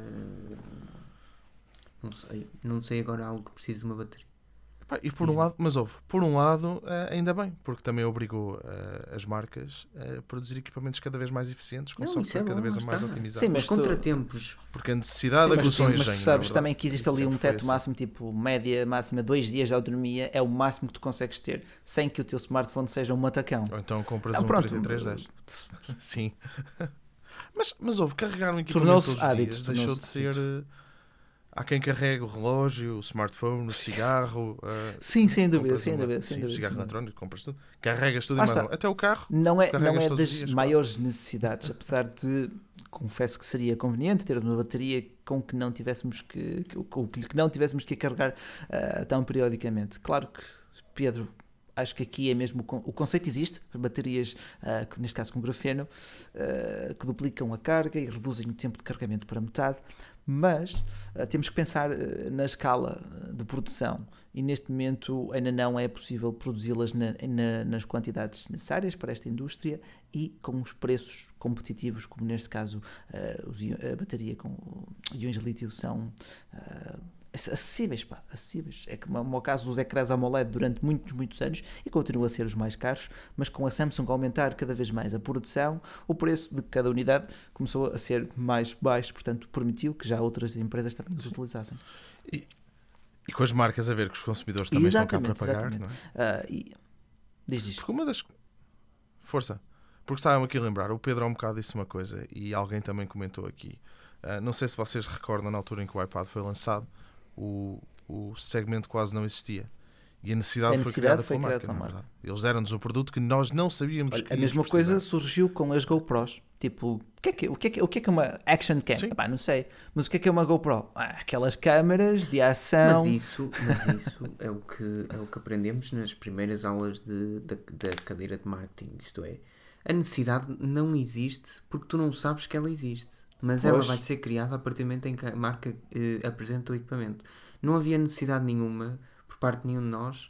Não sei agora algo que precise de uma bateria. E por um lado, ainda bem, porque também obrigou as marcas a produzir equipamentos cada vez mais eficientes, com software cada vez mais otimizado. Sim, mas contratempos. Porque a necessidade da produção mas engenho, tu sabes também que existe ali um teto assim. máximo, tipo média máxima 2 dias de autonomia, é o máximo que tu consegues ter, sem que o teu smartphone seja um matacão. Ou então compras um 3310. Sim. Mas houve, carregar um equipamento todos os dias deixou de ser... Há quem carregue o relógio, o smartphone, o cigarro. Sim, sem dúvida. O cigarro eletrónico, compras tudo. Carregas tudo em mão. Até o carro. Não é das maiores necessidades, apesar de, confesso que seria conveniente ter uma bateria com que não tivéssemos que carregar tão periodicamente. Claro que, Pedro, acho que aqui é mesmo o conceito existe, baterias, neste caso com grafeno, que duplicam a carga e reduzem o tempo de carregamento para metade. Mas temos que pensar na escala de produção e neste momento ainda não é possível produzi-las nas quantidades necessárias para esta indústria e com os preços competitivos, como neste caso a bateria com íons de lítio são acessíveis, acessíveis. É como o caso dos ecrãs AMOLED durante muitos anos e continuam a ser os mais caros, mas com a Samsung a aumentar cada vez mais a produção, o preço de cada unidade começou a ser mais baixo, portanto permitiu que já outras empresas também os utilizassem. E com as marcas a ver que os consumidores também estão cá para pagar, não é? Diz isto. Porque uma das... Força. Porque estava-me aqui a lembrar, o Pedro há um bocado disse uma coisa e alguém também comentou aqui. Não sei se vocês recordam na altura em que o iPad foi lançado, o segmento quase não existia e a necessidade foi criada pela marca, não é verdade? Eles deram-nos um produto que nós não sabíamos. Olha, que a mesma coisa surgiu com as GoPros. Tipo, o que é uma action cam? Epá, não sei, mas o que é uma GoPro? Aquelas câmaras de ação. Mas isso é o que aprendemos nas primeiras aulas da cadeira de marketing. Isto é, a necessidade não existe porque tu não sabes que ela existe. Mas ela vai ser criada a partir do momento em que a marca apresenta o equipamento. Não havia necessidade nenhuma, por parte de nenhum de nós,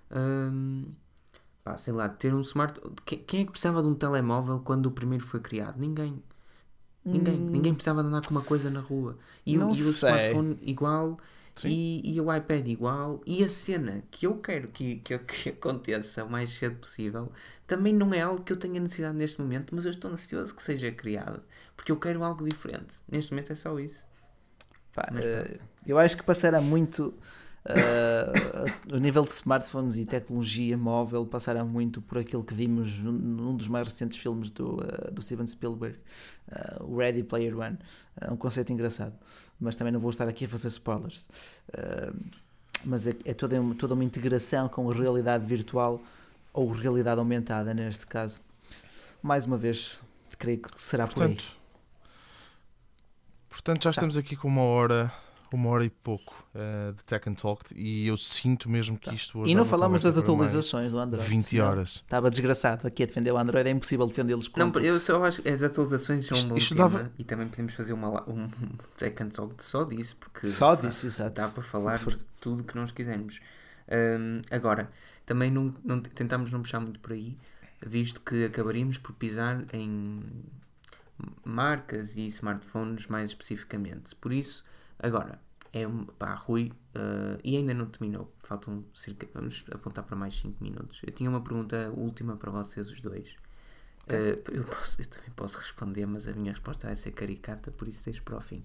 sei lá, ter um smartphone. Quem é que precisava de um telemóvel quando o primeiro foi criado? Ninguém. Ninguém precisava de andar com uma coisa na rua. E o smartphone igual, e o iPad igual. E a cena que eu quero que aconteça o mais cedo possível também não é algo que eu tenha necessidade neste momento, mas eu estou ansioso que seja criado. Porque eu quero algo diferente. Neste momento é só isso. Eu acho que passará muito... o nível de smartphones e tecnologia móvel passará muito por aquilo que vimos num dos mais recentes filmes do Steven Spielberg, o Ready Player One. Um conceito engraçado, mas também não vou estar aqui a fazer spoilers. Mas é toda uma integração com a realidade virtual ou realidade aumentada neste caso. Mais uma vez, creio que será por aí. Portanto, já estamos aqui com uma hora 1 hora e pouco de Tech and Talk e eu sinto mesmo que isto hoje E é não uma falamos das conversa para atualizações do mais Android. 20 senão horas. Estava desgraçado aqui a defender o Android, é impossível defendê-los com Não, eu só acho que as atualizações são um bom Isto tema dava- e também podemos fazer um Tech and Talk só disso, porque Só disso, exato. dá para falar de tudo que nós quisermos. Agora, também tentámos não puxar muito por aí, visto que acabaríamos por pisar em marcas e smartphones mais especificamente. Por isso, agora, Rui, e ainda não terminou, faltam vamos apontar para mais 5 minutos. Eu tinha uma pergunta última para vocês os dois. Eu também posso responder, mas a minha resposta vai ser caricata, por isso deixo para o fim.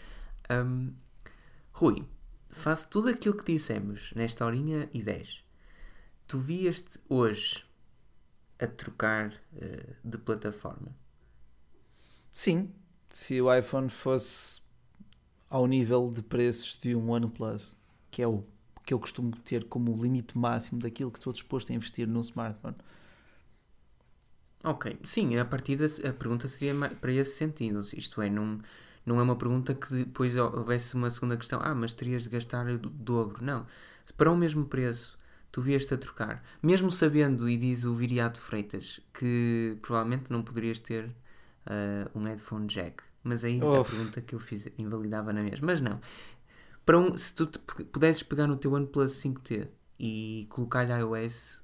Rui, faço tudo aquilo que dissemos nesta horinha e 10. Tu vieste hoje a trocar de plataforma? Sim, se o iPhone fosse ao nível de preços de um OnePlus, que é o que eu costumo ter como limite máximo daquilo que estou disposto a investir num smartphone. Ok, sim, a partida a pergunta seria para esse sentido, isto é, não é uma pergunta que depois houvesse uma segunda questão, mas terias de gastar o dobro, não, para o mesmo preço tu vieste a trocar, mesmo sabendo, e diz o Viriato Freitas, que provavelmente não poderias ter um headphone jack, mas aí a pergunta que eu fiz invalidava na mesma, mas não, se tu pudesses pegar no teu OnePlus 5T e colocar-lhe iOS,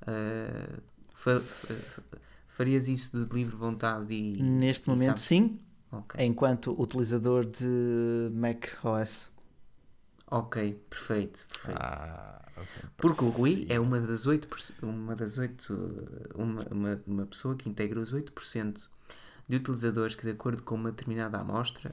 farias isso de livre vontade Neste momento, sim. Okay. Enquanto utilizador de macOS. Ok, perfeito. Okay. Porque o Rui é uma pessoa que integra os 8% de utilizadores que, de acordo com uma determinada amostra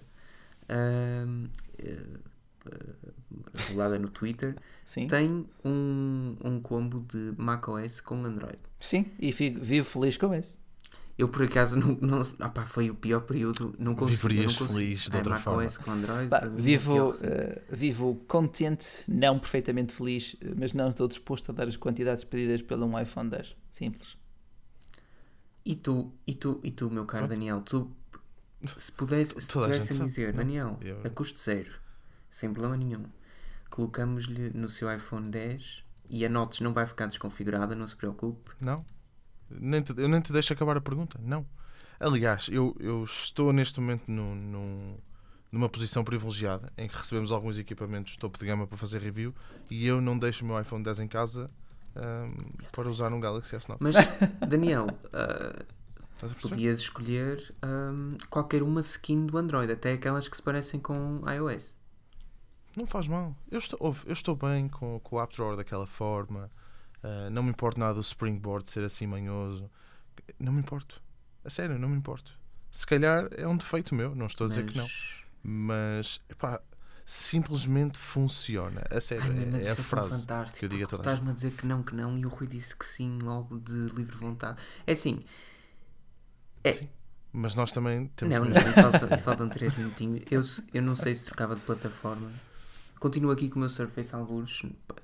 rolada no Twitter, sim, tem um combo de macOS com Android. Sim, e vivo feliz com isso. Eu, por acaso, foi o pior período. Não consigo. Viverias feliz de outra forma. macOS com Android. Vivo contente, não perfeitamente feliz, mas não estou disposto a dar as quantidades pedidas pelo um iPhone 10. Simples. E tu, meu caro Daniel, se pudessem dizer, Daniel, a custo zero, sem problema nenhum, colocamos-lhe no seu iPhone 10 e a Notes não vai ficar desconfigurada, não se preocupe. Não. Eu nem te deixo acabar a pergunta. Não. Aliás, eu estou neste momento numa posição privilegiada em que recebemos alguns equipamentos topo de gama para fazer review e eu não deixo o meu iPhone 10 em casa para usar um Galaxy S9. Mas, Daniel, podias escolher qualquer uma skin do Android, até aquelas que se parecem com iOS. Não faz mal. Eu estou bem com o App Drawer daquela forma. Não me importa nada do Springboard ser assim manhoso. Não me importo. A sério, não me importo. Se calhar é um defeito meu, não estou a dizer que não. Mas, simplesmente funciona. A sério, mas é a isso frase fantástico, que eu digo a toda a gente. Estás-me a dizer que não e o Rui disse que sim, logo de livre vontade. É assim. Sim, mas nós também temos... Não, me faltam 3 minutinhos. Eu não sei se trocava de plataforma. Continuo aqui com o meu Surface algures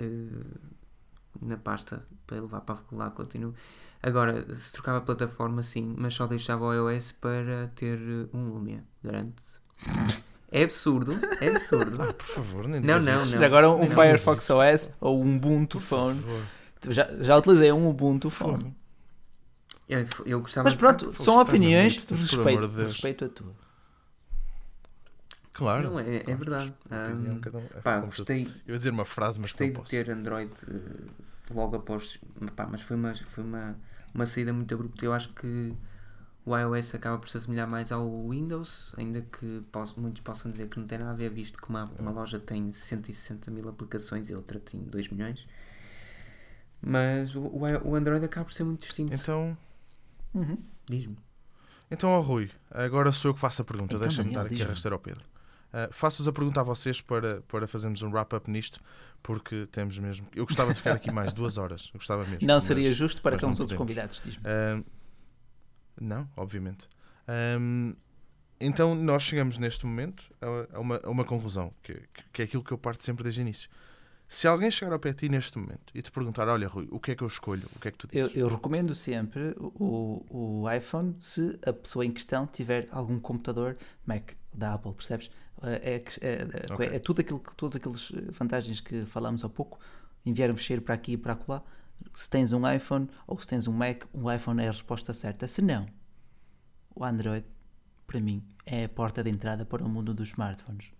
na pasta para levar para a faculdade, continuo. Agora, se trocava de plataforma, sim, mas só deixava o iOS para ter um Lumia, garanto-te. É absurdo. por favor, nem não. Já agora um Firefox OS ou um Ubuntu Phone. Já utilizei um Ubuntu Phone. Eu gostava. Mas pronto, são opiniões, respeito a tua. Claro. Não, é verdade. Gostei. Eu ia dizer uma frase, mas gostei não de posso. ter Android logo após. Mas foi uma saída muito abrupta. Eu acho que o iOS acaba por se assemelhar mais ao Windows, ainda que muitos possam dizer que não tem nada a ver, visto que uma loja tem 160 mil aplicações e a outra tem 2 milhões. Mas o Android acaba por ser muito distinto. Então, diz-me. Então, Rui, agora sou eu que faço a pergunta. Então, Deixa-me dar aqui a rasteira ao Pedro. Faço-vos a pergunta a vocês para fazermos um wrap-up nisto, porque temos mesmo... Eu gostava de ficar aqui mais 2 horas. Eu gostava mesmo. Não seria justo para mas com os outros convidados, diz-me. Não, obviamente. Então, nós chegamos neste momento a uma conclusão, que é aquilo que eu parto sempre desde o início. Se alguém chegar ao pé de ti neste momento e te perguntar, olha, Rui, o que é que eu escolho? O que é que tu dizes? Eu recomendo sempre o iPhone se a pessoa em questão tiver algum computador Mac. da Apple, percebes? Ok. É todos aqueles vantagens que falámos há pouco, enviar um ficheiro para aqui e para acolá. Se tens um iPhone ou se tens um Mac, o iPhone é a resposta certa. Se não, o Android, para mim, é a porta de entrada para o mundo dos smartphones.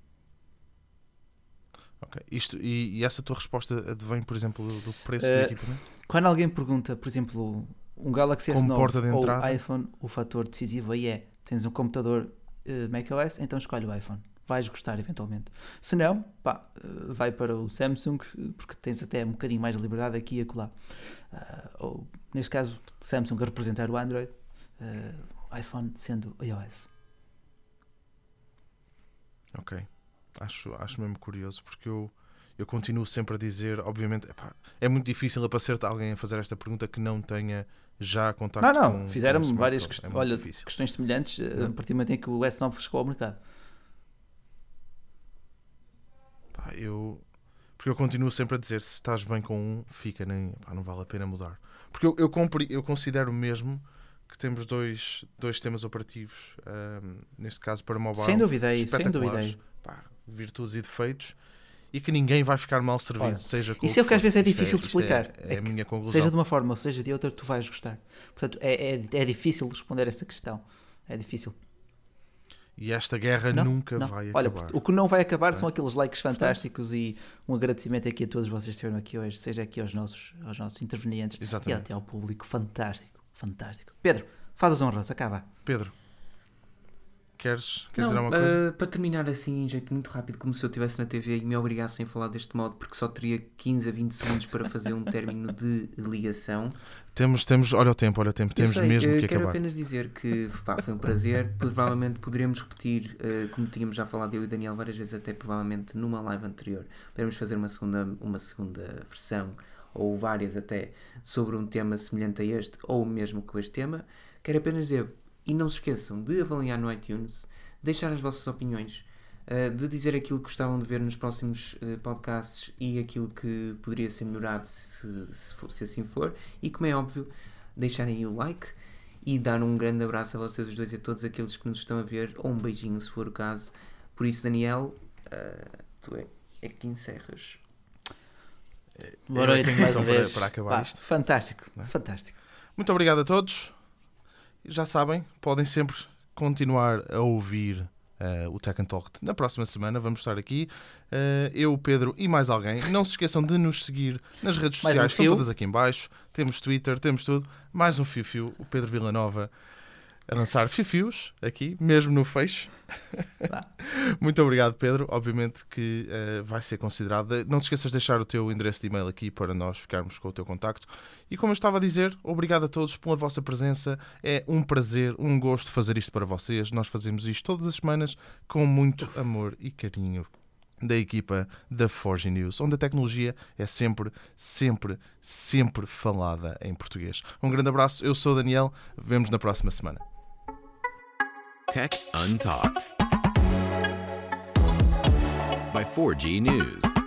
Ok. E essa tua resposta advém, por exemplo, do preço do equipamento? Quando alguém pergunta, por exemplo, um Galaxy Como S9 porta de ou entrada? iPhone, o fator decisivo aí é: tens um computador macOS, então escolhe o iPhone. Vais gostar eventualmente. Se não, vai para o Samsung, porque tens até um bocadinho mais de liberdade aqui e acolá. Ou, neste caso, Samsung a representar o Android, iPhone sendo iOS. Ok. Acho mesmo curioso, porque eu continuo sempre a dizer, obviamente, é muito difícil aparecer alguém a fazer esta pergunta que não tenha já contacto com fizeram-me com o várias smartphone. É muito difícil. questões semelhantes a partir do momento em que o S9 chegou ao mercado. Porque eu continuo sempre a dizer, se estás bem com um, fica, não vale a pena mudar. Porque eu considero mesmo que temos dois sistemas operativos, neste caso para mobile, Sem dúvida aí. espetaculares, virtudes e defeitos, e que ninguém vai ficar mal servido, Olha, seja com isso é o que às vezes é difícil de isto explicar. É a minha conclusão. Seja de uma forma ou seja de outra, tu vais gostar. Portanto, é difícil responder essa questão. É difícil. E esta guerra nunca vai Olha, acabar. o que não vai acabar são aqueles likes fantásticos e um agradecimento aqui a todos vocês que estiveram aqui hoje, seja aqui aos nossos intervenientes Exatamente. e até ao público. Fantástico, fantástico. Pedro, faz as honras, acaba. Pedro, queres Não, dizer alguma coisa? para terminar assim, em jeito muito rápido, como se eu estivesse na TV e me obrigassem a falar deste modo, porque só teria 15 a 20 segundos para fazer um término de ligação. Temos, olha o tempo, temos mesmo que quero acabar. apenas dizer que foi um prazer. Provavelmente poderemos repetir, como tínhamos já falado eu e o Daniel várias vezes, até provavelmente numa live anterior, poderemos fazer uma segunda versão, ou várias até, sobre um tema semelhante a este, ou mesmo com este tema. Quero apenas dizer, e não se esqueçam de avaliar no iTunes, deixar as vossas opiniões, de dizer aquilo que gostavam de ver nos próximos podcasts e aquilo que poderia ser melhorado se assim for, e como é óbvio, deixarem aí o like e dar um grande abraço a vocês os dois e a todos aqueles que nos estão a ver, ou um beijinho se for o caso. Por isso, Daniel, tu é que encerras. Boa noite mais uma vez. Para acabar isto. Fantástico, fantástico. Muito obrigado a todos. Já sabem, podem sempre continuar a ouvir o Tech and Talk. Na próxima semana vamos estar aqui, eu, Pedro e mais alguém. Não se esqueçam de nos seguir nas redes Mais sociais, um fio. estão todas aqui em baixo. Temos Twitter, temos tudo. Mais um fio-fio, o Pedro Villanova a lançar fio-fios aqui, mesmo no fecho. Muito obrigado, Pedro. Obviamente que vai ser considerado. Não te esqueças de deixar o teu endereço de e-mail aqui para nós ficarmos com o teu contacto. E como eu estava a dizer, obrigado a todos pela vossa presença. É um prazer, um gosto fazer isto para vocês. Nós fazemos isto todas as semanas com muito amor e carinho da equipa da 4G News, onde a tecnologia é sempre, sempre, sempre falada em português. Um grande abraço. Eu sou o Daniel. Vemo-nos na próxima semana. Tech Untalked by 4G News.